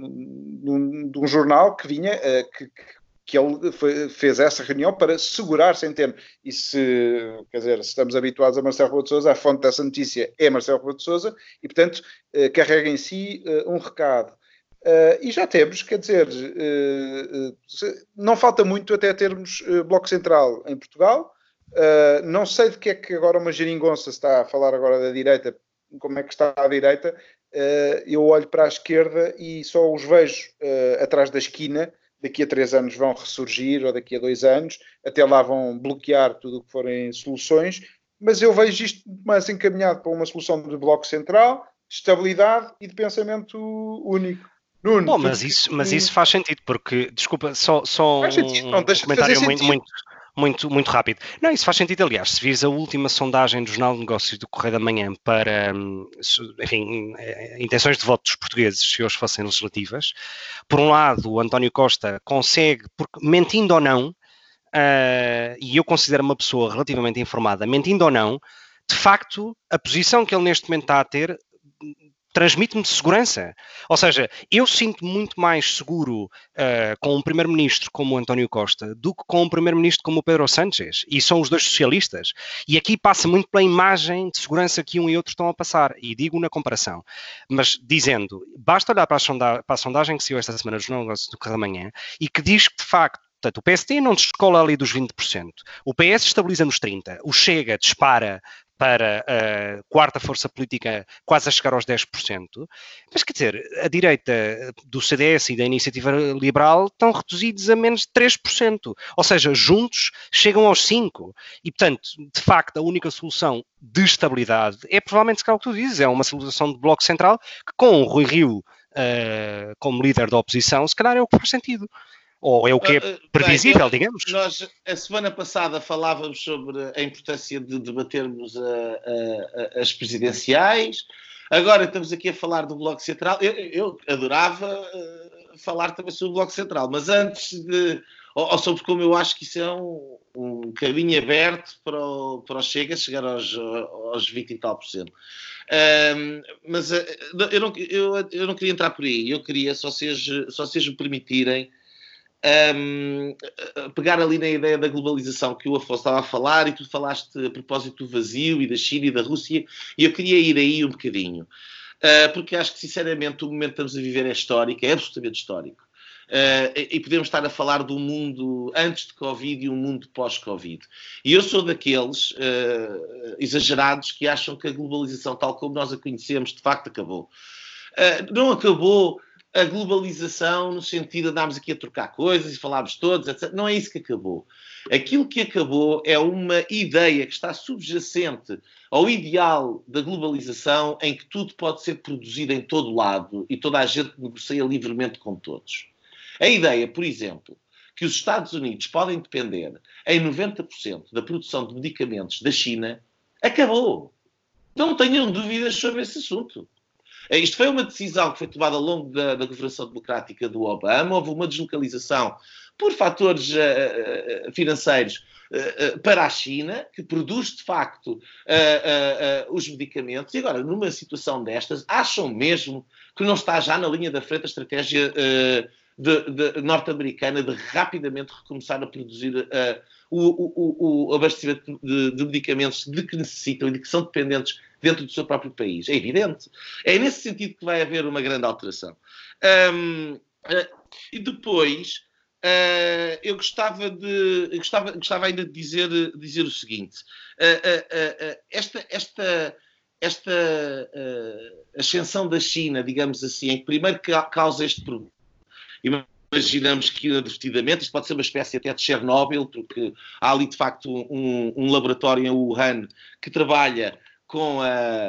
de um, de um jornal que vinha, uh, que, que ele foi, fez essa reunião para segurar sem termo. E se, quer dizer, se estamos habituados a Marcelo Rebelo de Sousa, a fonte dessa notícia é Marcelo Rebelo de Sousa, e portanto uh, carrega em si uh, um recado. Uh, e já temos, quer dizer, uh, uh, não falta muito até termos uh, Bloco Central em Portugal. Uh, não sei de que é que agora uma geringonça está a falar agora da direita, como é que está à direita. Uh, eu olho para a esquerda e só os vejo uh, atrás da esquina. Daqui a três anos vão ressurgir, ou daqui a dois anos, até lá vão bloquear tudo o que forem soluções, mas eu vejo isto mais encaminhado para uma solução de bloco central, de estabilidade e de pensamento único. Nuno, Bom, mas isso, mas isso faz sentido, porque, desculpa, só, só faz sentido, um não, deixa de comentário fazer muito, sentido. muito, muito, muito rápido. Não, isso faz sentido, aliás, se vires a última sondagem do Jornal de Negócios do Correio da Manhã para, enfim, intenções de voto dos portugueses, se hoje fossem legislativas, por um lado, o António Costa consegue, porque, mentindo ou não, uh, e eu considero uma pessoa relativamente informada, mentindo ou não, de facto, a posição que ele neste momento está a ter transmite-me segurança. Ou seja, eu sinto muito mais seguro uh, com um primeiro-ministro como o António Costa do que com um primeiro-ministro como o Pedro Sánchez. E são os dois socialistas. E aqui passa muito pela imagem de segurança que um e outro estão a passar. E digo na comparação. Mas dizendo, basta olhar para a, sonda- para a sondagem que saiu esta semana do Jornal do Correio da Manhã e que diz que, de facto, portanto, o P S D não descola ali dos vinte por cento. O P S estabiliza nos trinta por cento. O Chega dispara para a quarta força política quase a chegar aos dez por cento. Mas, quer dizer, a direita do C D S e da Iniciativa Liberal estão reduzidos a menos de três por cento. Ou seja, juntos chegam aos cinco por cento. E, portanto, de facto, a única solução de estabilidade é provavelmente, se calhar, o que tu dizes, é uma solução de bloco central que, com o Rui Rio uh, como líder da oposição, se calhar é o que faz sentido. Ou é o que é previsível, Bem, eu, digamos? Nós, a semana passada, falávamos sobre a importância de debatermos a, a, a, as presidenciais. Agora estamos aqui a falar do Bloco Central. Eu, eu adorava uh, falar também sobre o Bloco Central, mas antes de... Ou, ou sobre como eu acho que isso é um, um caminho aberto para o, para o Chega chegar aos, aos vinte e tal por cento. Um, mas uh, eu, não, eu, eu não queria entrar por aí. Eu queria, só se só me permitirem, Um, pegar ali na ideia da globalização que o Afonso estava a falar, e tu falaste a propósito do vazio e da China e da Rússia, e eu queria ir aí um bocadinho, uh, porque acho que sinceramente o momento que estamos a viver é histórico, é absolutamente histórico, uh, e podemos estar a falar do mundo antes de Covid e um mundo pós-Covid, e eu sou daqueles uh, exagerados que acham que a globalização tal como nós a conhecemos de facto acabou. Uh, não acabou a globalização no sentido de andarmos aqui a trocar coisas e falarmos todos, etcétera. Não é isso que acabou. Aquilo que acabou é uma ideia que está subjacente ao ideal da globalização, em que tudo pode ser produzido em todo lado e toda a gente negocia livremente com todos. A ideia, por exemplo, que os Estados Unidos podem depender em noventa por cento da produção de medicamentos da China, acabou. Não tenham dúvidas sobre esse assunto. Isto foi uma decisão que foi tomada ao longo da, da governação democrática do Obama. Houve uma deslocalização por fatores uh, financeiros uh, uh, para a China, que produz, de facto, uh, uh, uh, os medicamentos. E agora, numa situação destas, acham mesmo que não está já na linha da frente a estratégia uh, de, de, norte-americana de rapidamente recomeçar a produzir uh, o, o, o abastecimento de, de medicamentos de que necessitam e de que são dependentes dentro do seu próprio país? É evidente. É nesse sentido que vai haver uma grande alteração. Um, uh, e depois, uh, eu gostava, de, eu gostava, gostava ainda de dizer, dizer o seguinte. Uh, uh, uh, esta esta, esta uh, ascensão da China, digamos assim, em que primeiro causa este problema, imaginamos que, inadvertidamente, isto pode ser uma espécie até de Chernobyl, porque há ali, de facto, um, um laboratório em Wuhan que trabalha com, a,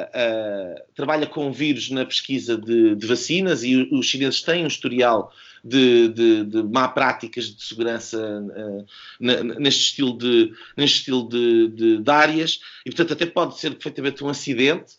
a, trabalha com vírus na pesquisa de, de vacinas, e os chineses têm um historial de, de, de má práticas de segurança uh, neste estilo, de, neste estilo de, de, de áreas, e, portanto, até pode ser perfeitamente um acidente,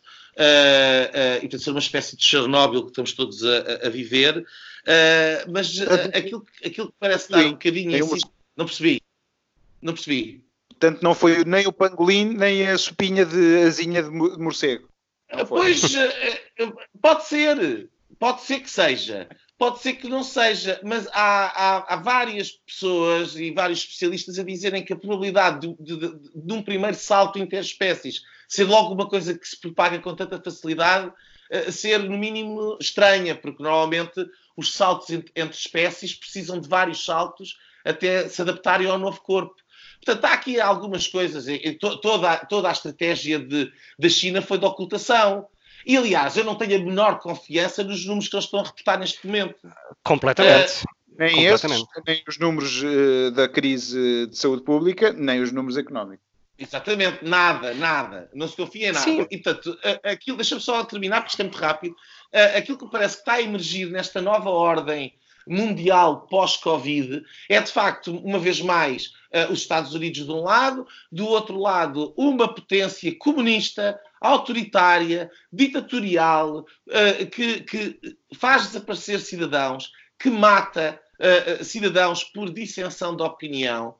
uh, uh, e, portanto, ser uma espécie de Chernobyl que estamos todos a, a viver. Uh, mas uh, aquilo, aquilo que parece dar um bocadinho assim, não percebi, não percebi. Portanto, não foi nem o pangolim, nem a sopinha de asinha de morcego. Pois, uh, pode ser, pode ser que seja, pode ser que não seja, mas há, há, há várias pessoas e vários especialistas a dizerem que a probabilidade de, de, de, de um primeiro salto interespécies ser logo uma coisa que se propaga com tanta facilidade, uh, ser no mínimo estranha, porque normalmente os saltos entre espécies precisam de vários saltos até se adaptarem ao novo corpo. Portanto, há aqui algumas coisas. Toda, toda a estratégia de, da China foi de ocultação. E, aliás, eu não tenho a menor confiança nos números que eles estão a reportar neste momento. Completamente. Uh, nem Completamente. esses, nem os números uh, da crise de saúde pública, nem os números económicos. Exatamente, nada, nada. Não se confia em nada. Sim. E, portanto, aquilo, deixa-me só terminar, porque isto é muito rápido. Aquilo que parece que está a emergir nesta nova ordem mundial pós-Covid é, de facto, uma vez mais, os Estados Unidos de um lado, do outro lado, uma potência comunista, autoritária, ditatorial, que, que faz desaparecer cidadãos, que mata cidadãos por dissensão de opinião.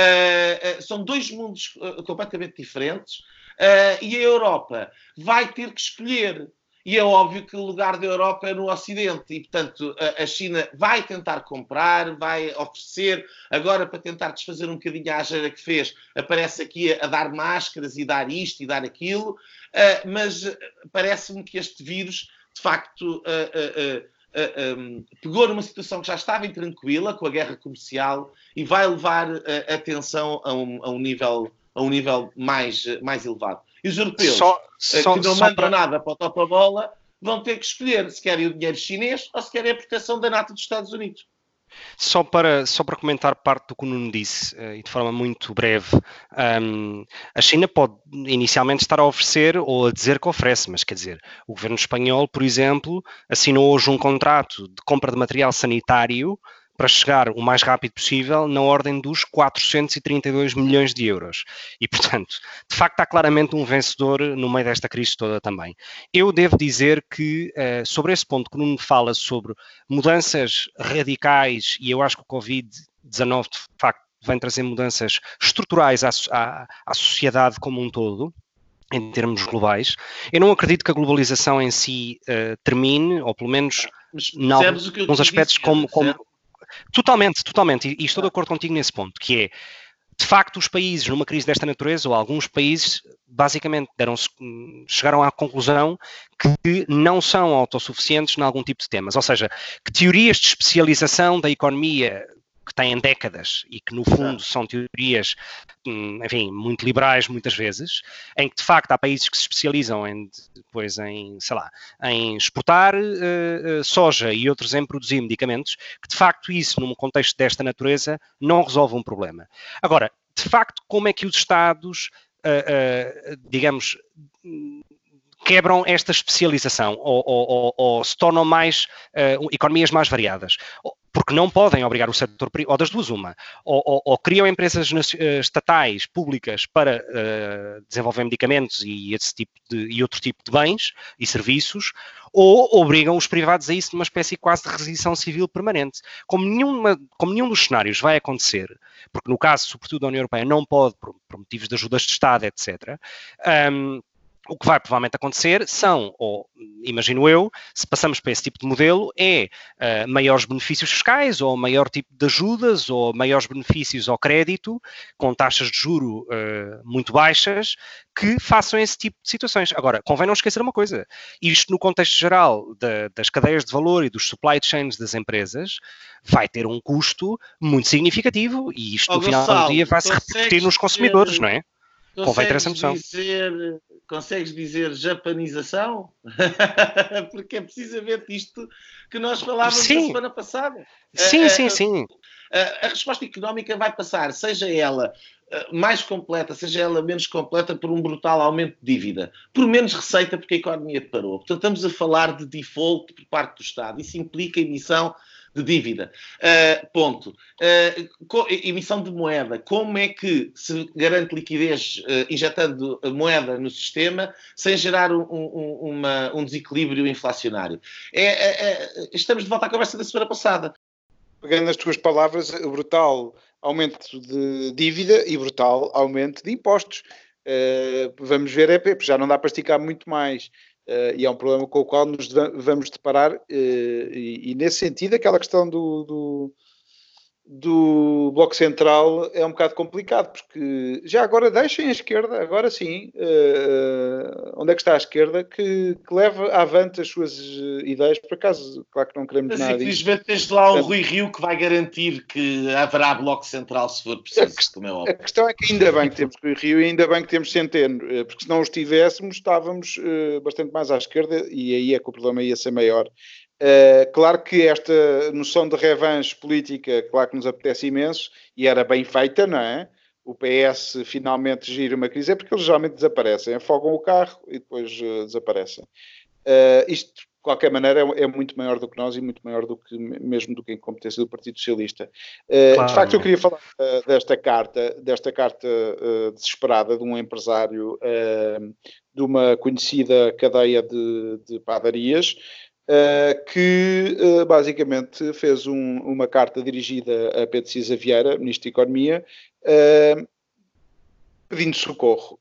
Uh, uh, são dois mundos uh, completamente diferentes, uh, e a Europa vai ter que escolher. E é óbvio que o lugar da Europa é no Ocidente, e, portanto, a, a China vai tentar comprar, vai oferecer, agora para tentar desfazer um bocadinho a ajeira que fez, aparece aqui a, a dar máscaras e dar isto e dar aquilo, uh, mas uh, parece-me que este vírus, de facto, uh, uh, uh, Uh, um, pegou numa situação que já estava intranquila com a guerra comercial e vai levar uh, a atenção a um, a um nível, a um nível mais, uh, mais elevado. E os europeus, só, só, uh, que não mandam para... nada para o topa-bola, vão ter que escolher se querem o dinheiro chinês ou se querem a proteção da NATO dos Estados Unidos. Só para, só para comentar parte do que o Nuno disse, uh, e de forma muito breve, um, a China pode inicialmente estar a oferecer ou a dizer que oferece, mas quer dizer, o governo espanhol, por exemplo, assinou hoje um contrato de compra de material sanitário para chegar o mais rápido possível na ordem dos quatrocentos e trinta e dois milhões de euros. E, portanto, de facto há claramente um vencedor no meio desta crise toda também. Eu devo dizer que, uh, sobre esse ponto que o Nuno fala sobre mudanças radicais, e eu acho que o covid dezanove, de facto, vem trazer mudanças estruturais à, à, à sociedade como um todo, em termos globais, eu não acredito que a globalização em si uh, termine, ou pelo menos em alguns aspectos como... como Totalmente, totalmente, e estou de acordo contigo nesse ponto, que é, de facto, os países numa crise desta natureza, ou alguns países, basicamente deram chegaram à conclusão que não são autossuficientes em algum tipo de temas, ou seja, que teorias de especialização da economia que têm décadas e que, no fundo, são teorias, enfim, muito liberais muitas vezes, em que, de facto, há países que se especializam em, depois em, sei lá, em exportar uh, soja e outros em produzir medicamentos, que, de facto, isso, num contexto desta natureza, não resolve um problema. Agora, de facto, como é que os Estados, uh, uh, digamos, quebram esta especialização ou, ou, ou, ou se tornam mais uh, economias mais variadas? Porque não podem obrigar o setor privado, ou das duas uma, ou, ou, ou criam empresas estatais, públicas, para uh, desenvolver medicamentos e, esse tipo de, e outro tipo de bens e serviços, ou obrigam os privados a isso numa espécie quase de resolução civil permanente. Como, nenhuma, como nenhum dos cenários vai acontecer, porque no caso, sobretudo, da União Europeia não pode, por, por motivos de ajudas de Estado, etcétera, um, o que vai provavelmente acontecer são, ou imagino eu, se passamos para esse tipo de modelo, é uh, maiores benefícios fiscais, ou maior tipo de ajudas, ou maiores benefícios ao crédito, com taxas de juro uh, muito baixas, que façam esse tipo de situações. Agora, convém não esquecer uma coisa, isto no contexto geral da, das cadeias de valor e dos supply chains das empresas, vai ter um custo muito significativo, e isto oh, no final Gonçalo, do dia vai se repercutir nos consumidores, dizer... não é? Convém ter essa noção. Dizer, consegues dizer japanização? Porque é precisamente isto que nós falávamos sim. na semana passada. Sim, a, sim, sim. A, a resposta económica vai passar, seja ela mais completa, seja ela menos completa, por um brutal aumento de dívida. Por menos receita, porque a economia parou. Portanto, estamos a falar de default por parte do Estado. Isso implica emissão de dívida. Uh, ponto. Uh, co- emissão de moeda. Como é que se garante liquidez uh, injetando a moeda no sistema sem gerar um, um, uma, um desequilíbrio inflacionário? É, é, é, estamos de volta à conversa da semana passada. Pegando nas tuas palavras, brutal aumento de dívida e brutal aumento de impostos. Uh, vamos ver, é, já não dá para esticar muito mais. Uh, e é um problema com o qual nos vamos deparar, uh, e, e nesse sentido aquela questão do, do, do Bloco Central é um bocado complicado, porque já agora deixem a esquerda, agora sim, uh, onde é que está a esquerda, que, que leva avante as suas ideias, por acaso, claro que não queremos Mas, nada disso. Infelizmente tens lá o Rui Rio que vai garantir que haverá Bloco Central se for preciso, a, como é óbvio. A questão é que ainda bem que temos Rui Rio e ainda bem que temos Centeno, porque se não os tivéssemos estávamos uh, bastante mais à esquerda e aí é que o problema ia ser maior. Uh, claro que esta noção de revanche política, claro que nos apetece imenso e era bem feita, não é? O P S finalmente gira uma crise, é porque eles geralmente desaparecem, afogam o carro e depois uh, desaparecem. Uh, isto, de qualquer maneira, é, é muito maior do que nós e muito maior do que mesmo do que a incompetência do Partido Socialista. Uh, claro. De facto, eu queria falar uh, desta carta, desta carta uh, desesperada de um empresário uh, de uma conhecida cadeia de, de padarias, Uh, que uh, basicamente fez um, uma carta dirigida a Pedro Cisa Vieira, Ministro da Economia, uh, pedindo socorro.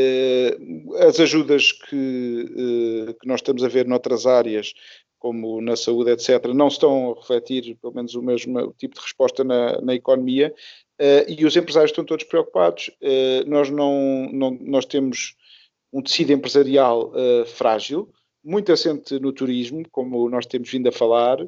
Uh, as ajudas que, uh, que nós estamos a ver noutras áreas, como na saúde, etcétera, não estão a refletir, pelo menos, o mesmo tipo de resposta na, na economia, uh, e os empresários estão todos preocupados. Uh, nós, não, não, nós temos um tecido empresarial uh, frágil, muito assente no turismo, como nós temos vindo a falar,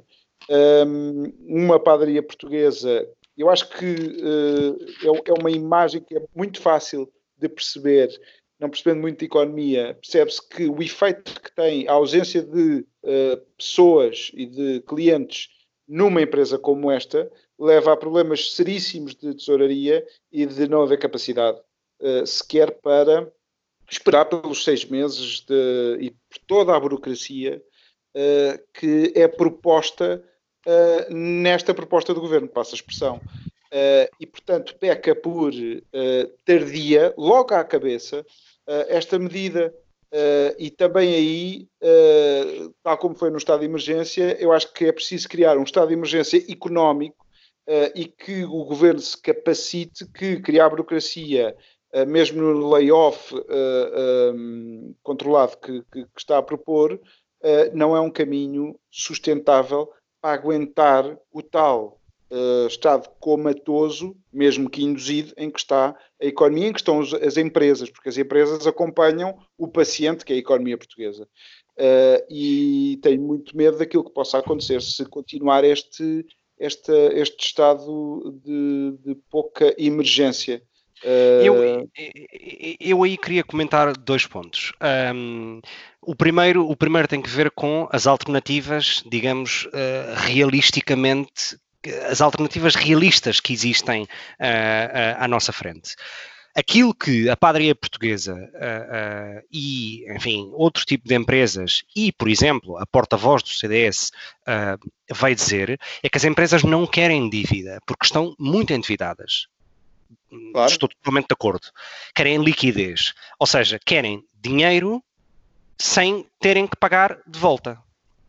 um, uma padaria portuguesa, eu acho que uh, é, é uma imagem que é muito fácil de perceber, não percebendo muito de economia, percebe-se que o efeito que tem a ausência de uh, pessoas e de clientes numa empresa como esta, leva a problemas seríssimos de tesouraria e de não haver capacidade uh, sequer para esperar pelos seis meses de, e por toda a burocracia uh, que é proposta uh, nesta proposta do governo, passa a expressão. Uh, e, portanto, peca por uh, tardia, logo à cabeça, uh, esta medida. Uh, e também aí, uh, tal como foi no estado de emergência, eu acho que é preciso criar um estado de emergência económico uh, e que o governo se capacite, que criar a burocracia, Uh, mesmo no layoff uh, um, controlado que, que, que está a propor, uh, não é um caminho sustentável para aguentar o tal uh, estado comatoso, mesmo que induzido, em que está a economia, em que estão as, as empresas, porque as empresas acompanham o paciente, que é a economia portuguesa. Uh, e tenho muito medo daquilo que possa acontecer se continuar este esta, este estado de, de pouca emergência. Eu, eu aí queria comentar dois pontos. Um, o, primeiro, o primeiro tem que ver com as alternativas, digamos, uh, realisticamente, as alternativas realistas que existem uh, uh, à nossa frente. Aquilo que a padaria portuguesa uh, uh, e, enfim, outro tipo de empresas e, por exemplo, a porta-voz do C D S uh, vai dizer é que as empresas não querem dívida porque estão muito endividadas. Claro. Estou totalmente de acordo. Querem liquidez, ou seja, querem dinheiro sem terem que pagar de volta.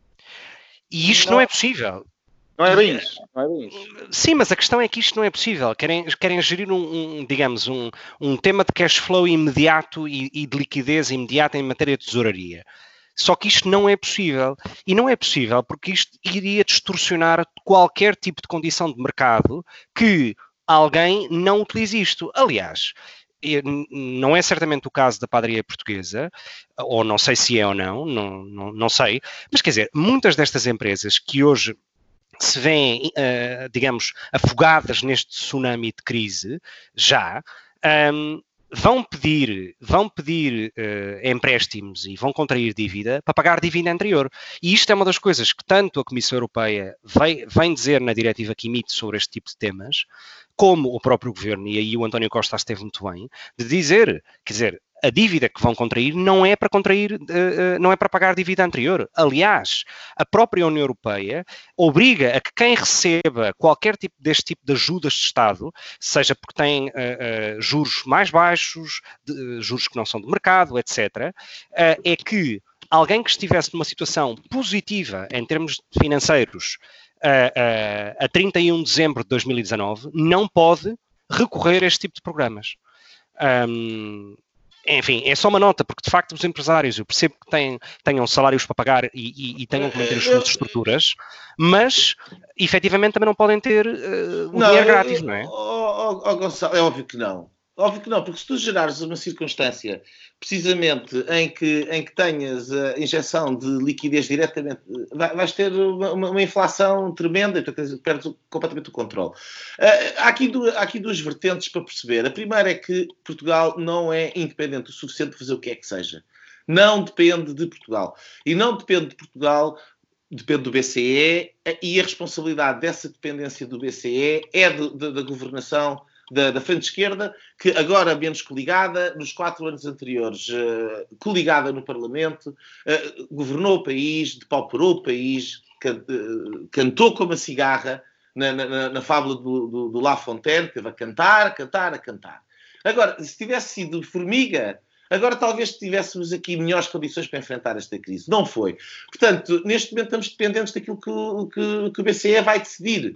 E isto não, não é possível. Não é bem isso. Não é bem isso. Sim, mas a questão é que isto não é possível. Querem, querem gerir um, um digamos, um, um tema de cash flow imediato e, e de liquidez imediata em matéria de tesouraria. Só que isto não é possível. E não é possível porque isto iria distorcionar qualquer tipo de condição de mercado que alguém não utiliza isto. Aliás, não é certamente o caso da padaria portuguesa, ou não sei se é ou não, não, não, não sei, mas quer dizer, muitas destas empresas que hoje se veem, uh, digamos, afogadas neste tsunami de crise, já, um, vão pedir, vão pedir uh, empréstimos e vão contrair dívida para pagar a dívida anterior. E isto é uma das coisas que tanto a Comissão Europeia vem, vem dizer na diretiva que emite sobre este tipo de temas, como o próprio Governo, e aí o António Costa esteve muito bem, de dizer, quer dizer, a dívida que vão contrair não é para contrair, uh, não é para pagar a dívida anterior. Aliás, a própria União Europeia obriga a que quem receba qualquer tipo deste tipo de ajudas de Estado, seja porque tem uh, uh, juros mais baixos, de, uh, juros que não são de mercado, etcétera, uh, é que alguém que estivesse numa situação positiva em termos financeiros uh, uh, a trinta e um de dezembro de dois mil e dezanove não pode recorrer a este tipo de programas. Um, Enfim, é só uma nota, porque de facto os empresários, eu percebo que têm, tenham salários para pagar e, e, e tenham que manter as suas estruturas, mas efetivamente também não podem ter uh, o não, dinheiro grátis, não é? Oh, oh, oh, Gonçalo, é óbvio que não. Óbvio que não, porque se tu gerares uma circunstância precisamente em que, em que tenhas a injeção de liquidez diretamente, vais ter uma, uma inflação tremenda e tu perdes completamente o controle. Uh, há, aqui duas, há aqui duas vertentes para perceber. A primeira é que Portugal não é independente o suficiente para fazer o que é que seja. Não depende de Portugal. E não depende de Portugal, depende do B C E, e a responsabilidade dessa dependência do B C E é de, de, da governação Da, da frente esquerda, que agora menos coligada, nos quatro anos anteriores uh, coligada no Parlamento, uh, governou o país, depauperou o país, can, uh, cantou como a cigarra na, na, na fábula do, do, do La Fontaine, teve a cantar, a cantar, a cantar. Agora, se tivesse sido formiga, agora talvez tivéssemos aqui melhores condições para enfrentar esta crise. Não foi. Portanto, neste momento estamos dependentes daquilo que o, que, que o B C E vai decidir.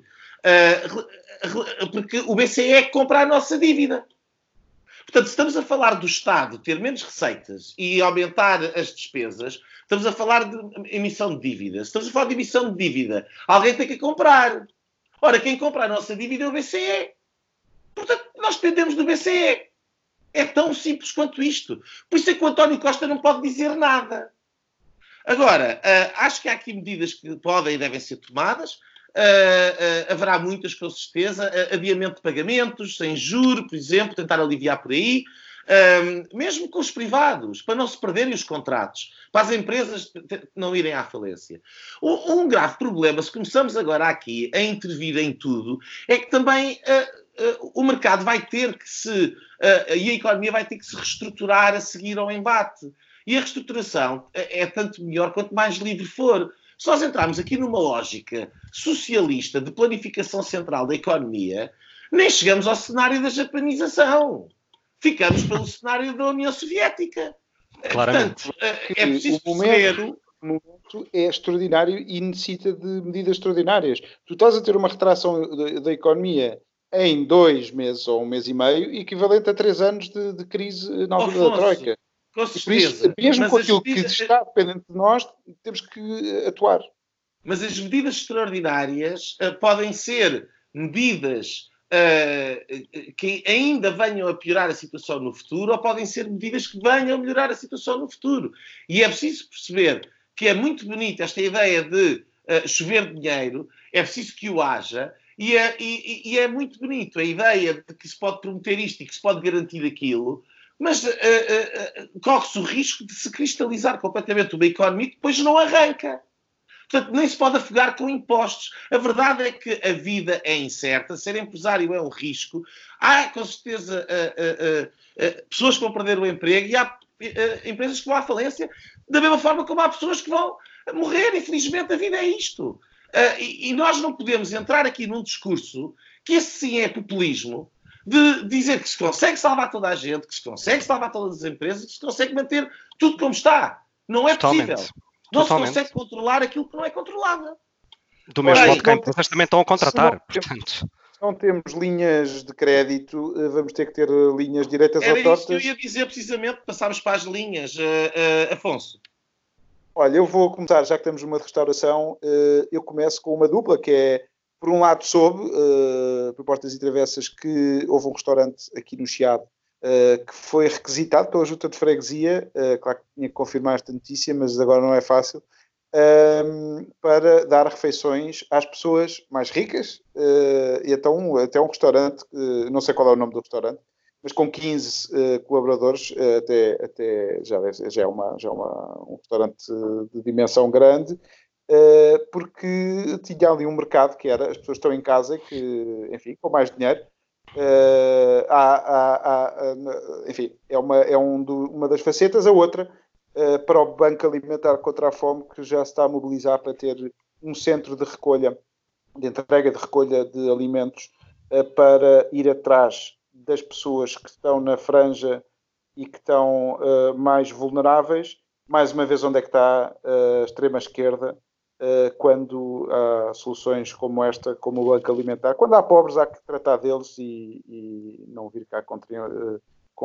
Uh, porque o B C E compra a nossa dívida. Portanto, se estamos a falar do Estado ter menos receitas e aumentar as despesas, estamos a falar de emissão de dívida. Se estamos a falar de emissão de dívida, alguém tem que comprar. Ora, quem compra a nossa dívida é o B C E. Portanto, nós dependemos do B C E. É tão simples quanto isto. Por isso é que o António Costa não pode dizer nada. Agora, uh, acho que há aqui medidas que podem e devem ser tomadas. Uh, uh, haverá muitas, com certeza, uh, adiamento de pagamentos, sem juro, por exemplo, tentar aliviar por aí, uh, mesmo com os privados, para não se perderem os contratos, para as empresas não irem à falência. O, um grave problema, se começamos agora aqui a intervir em tudo, é que também uh, uh, o mercado vai ter que se, uh, e a economia vai ter que se reestruturar a seguir ao embate. E a reestruturação é tanto melhor quanto mais livre for. Se nós entrarmos aqui numa lógica socialista de planificação central da economia, nem chegamos ao cenário da japanização. Ficamos pelo cenário da União Soviética. Claramente. Portanto, é preciso o momento, o momento é extraordinário e necessita de medidas extraordinárias. Tu estás a ter uma retração da, da economia em dois meses ou um mês e meio, equivalente a três anos de, de crise na altura da Troika. Com certeza. Isso, mesmo com aquilo medidas... que está dependente de nós, temos que atuar. Mas as medidas extraordinárias uh, podem ser medidas uh, que ainda venham a piorar a situação no futuro, ou podem ser medidas que venham a melhorar a situação no futuro. E é preciso perceber que é muito bonita esta ideia de uh, chover dinheiro, é preciso que o haja, e é, e, e é muito bonito a ideia de que se pode prometer isto e que se pode garantir aquilo, mas uh, uh, uh, corre-se o risco de se cristalizar completamente uma economia que depois não arranca. Portanto, nem se pode afogar com impostos. A verdade é que a vida é incerta, ser empresário é um risco. Há, com certeza, uh, uh, uh, pessoas que vão perder o emprego e há uh, empresas que vão à falência, da mesma forma como há pessoas que vão morrer. Infelizmente, a vida é isto. Uh, e, e nós não podemos entrar aqui num discurso que esse sim é populismo, de dizer que se consegue salvar toda a gente, que se consegue salvar todas as empresas, que se consegue manter tudo como está. Não é Totalmente. possível. Não Totalmente. se consegue controlar aquilo que não é controlável. Do mesmo Ora, modo que as não- empresas também estão a contratar, não- portanto. Se não temos linhas de crédito, eh, vamos ter que ter eh, linhas direitas Era ou isso que eu tortas. ia dizer precisamente, passámos para as linhas. Uh, uh, Afonso. Olha, eu vou começar, já que estamos numa restauração, eh, eu começo com uma dupla, que é, por um lado, soube, eh, por portas e travessas, que houve um restaurante aqui no Chiado eh, que foi requisitado pela Junta de Freguesia, eh, claro que tinha que confirmar esta notícia, mas agora não é fácil, ehm, para dar refeições às pessoas mais ricas, eh, e então até um restaurante, eh, não sei qual é o nome do restaurante, mas com quinze eh, colaboradores, eh, até, até já, deve ser- já é, uma, já é uma, um restaurante de dimensão grande, eh, porque tinha ali um mercado que era, as pessoas estão em casa, que, enfim, com mais dinheiro, eh, há, há- há- há- enfim, é, uma, é um do- uma das facetas. A outra, eh, para o Banco Alimentar contra a Fome, que já se está a mobilizar para ter um centro de recolha, de entrega de recolha de alimentos, eh, para ir atrás das pessoas que estão na franja e que estão eh, mais vulneráveis. Mais uma vez, onde é que está a extrema-esquerda eh, quando há soluções como esta, como o Banco Alimentar? Quando há pobres, há que tratar deles e, e não vir cá com, eh,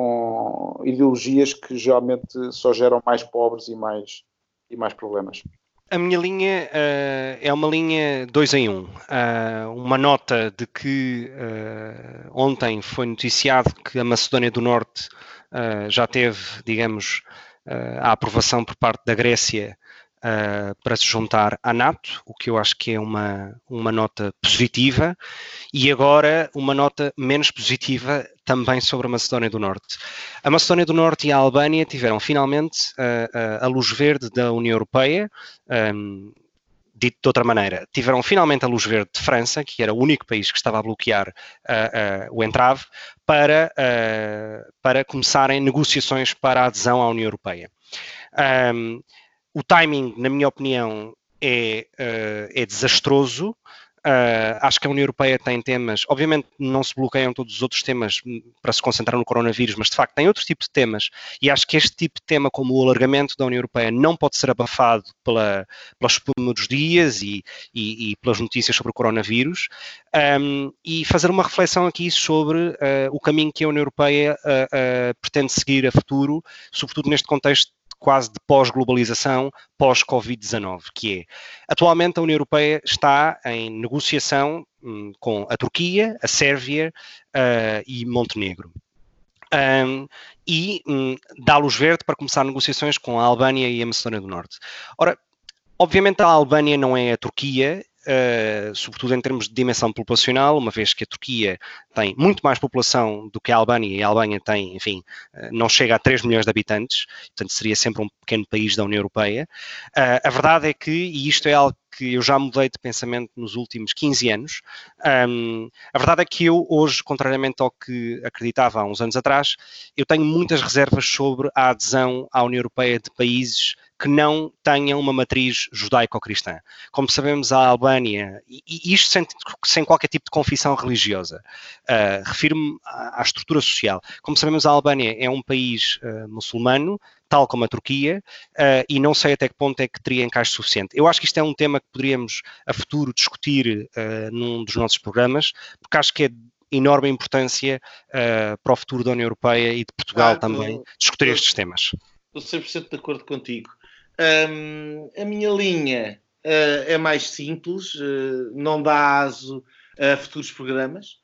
com ideologias que geralmente só geram mais pobres e mais, e mais problemas. A minha linha eh, é uma linha dois em um. Uh, uma nota de que uh, ontem foi noticiado que a Macedónia do Norte uh, já teve, digamos, uh, a aprovação por parte da Grécia uh, para se juntar à NATO, o que eu acho que é uma, uma nota positiva, e agora uma nota menos positiva também sobre a Macedónia do Norte. A Macedónia do Norte e a Albânia tiveram finalmente uh, uh, a luz verde da União Europeia. Um, dito de outra maneira, tiveram finalmente a luz verde de França, que era o único país que estava a bloquear uh, uh, o entrave, para, uh, para começarem negociações para a adesão à União Europeia. Um, o timing, na minha opinião, é, uh, é desastroso. Uh, acho que a União Europeia tem temas, obviamente não se bloqueiam todos os outros temas para se concentrar no coronavírus, mas de facto tem outros tipos de temas, e acho que este tipo de tema, como o alargamento da União Europeia, não pode ser abafado pela, pelos primeiros dias e, e, e pelas notícias sobre o coronavírus, um, e fazer uma reflexão aqui sobre uh, o caminho que a União Europeia uh, uh, pretende seguir a futuro, sobretudo neste contexto quase de pós-globalização, pós-Covid dezanove, que é, atualmente a União Europeia está em negociação hum, com a Turquia, a Sérvia uh, e Montenegro. Um, e hum, dá luz verde para começar negociações com a Albânia e a Macedónia do Norte. Ora, obviamente a Albânia não é a Turquia, Uh, sobretudo em termos de dimensão populacional, uma vez que a Turquia tem muito mais população do que a Albânia, e a Albânia tem, enfim, uh, não chega a três milhões de habitantes, portanto seria sempre um pequeno país da União Europeia. Uh, a verdade é que, e isto é algo que eu já mudei de pensamento nos últimos quinze anos, um, a verdade é que eu hoje, contrariamente ao que acreditava há uns anos atrás, eu tenho muitas reservas sobre a adesão à União Europeia de países que não tenham uma matriz judaico-cristã. Como sabemos, a Albânia, e isto sem, sem qualquer tipo de confissão religiosa, uh, refiro-me à, à estrutura social. Como sabemos, a Albânia é um país uh, muçulmano, tal como a Turquia, uh, e não sei até que ponto é que teria encaixe suficiente. Eu acho que isto é um tema que poderíamos, a futuro, discutir uh, num dos nossos programas, porque acho que é de enorme importância uh, para o futuro da União Europeia e de Portugal ah, também, eu, discutir eu, estes temas. Estou cem por cento de acordo contigo. Um, a minha linha uh, é mais simples, uh, não dá aso a futuros programas.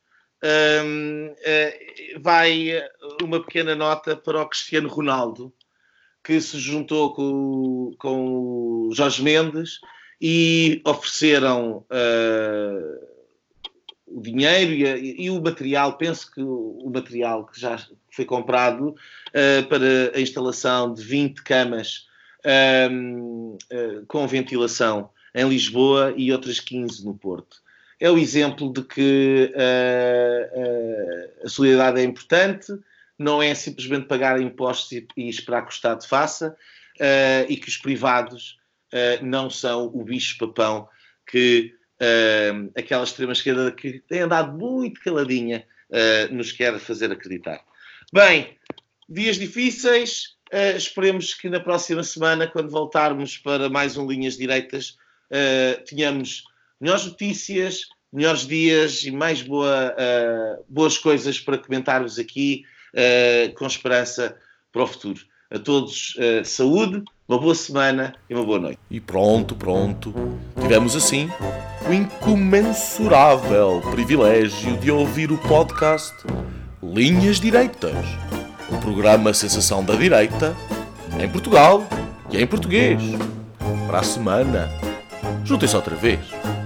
Um, uh, vai uma pequena nota para o Cristiano Ronaldo, que se juntou com, com o Jorge Mendes e ofereceram uh, o dinheiro e, e o material, penso que o, o material que já foi comprado uh, para a instalação de vinte camas um, uh, com ventilação em Lisboa e outras quinze no Porto. É o exemplo de que uh, uh, a solidariedade é importante, não é simplesmente pagar impostos e, e esperar que o Estado faça, uh, e que os privados uh, não são o bicho-papão que uh, aquela extrema-esquerda que tem andado muito caladinha uh, nos quer fazer acreditar. Bem, dias difíceis, uh, esperemos que na próxima semana, quando voltarmos para mais um Linhas Direitas, uh, tenhamos melhores notícias, melhores dias e mais boa, uh, boas coisas para comentar-vos aqui, uh, com esperança para o futuro. A todos, uh, saúde, uma boa semana e uma boa noite. E pronto, pronto. Tivemos assim o incomensurável privilégio de ouvir o podcast Linhas Direitas, um programa sensação da direita, em Portugal e em português. Para a semana, juntem-se outra vez.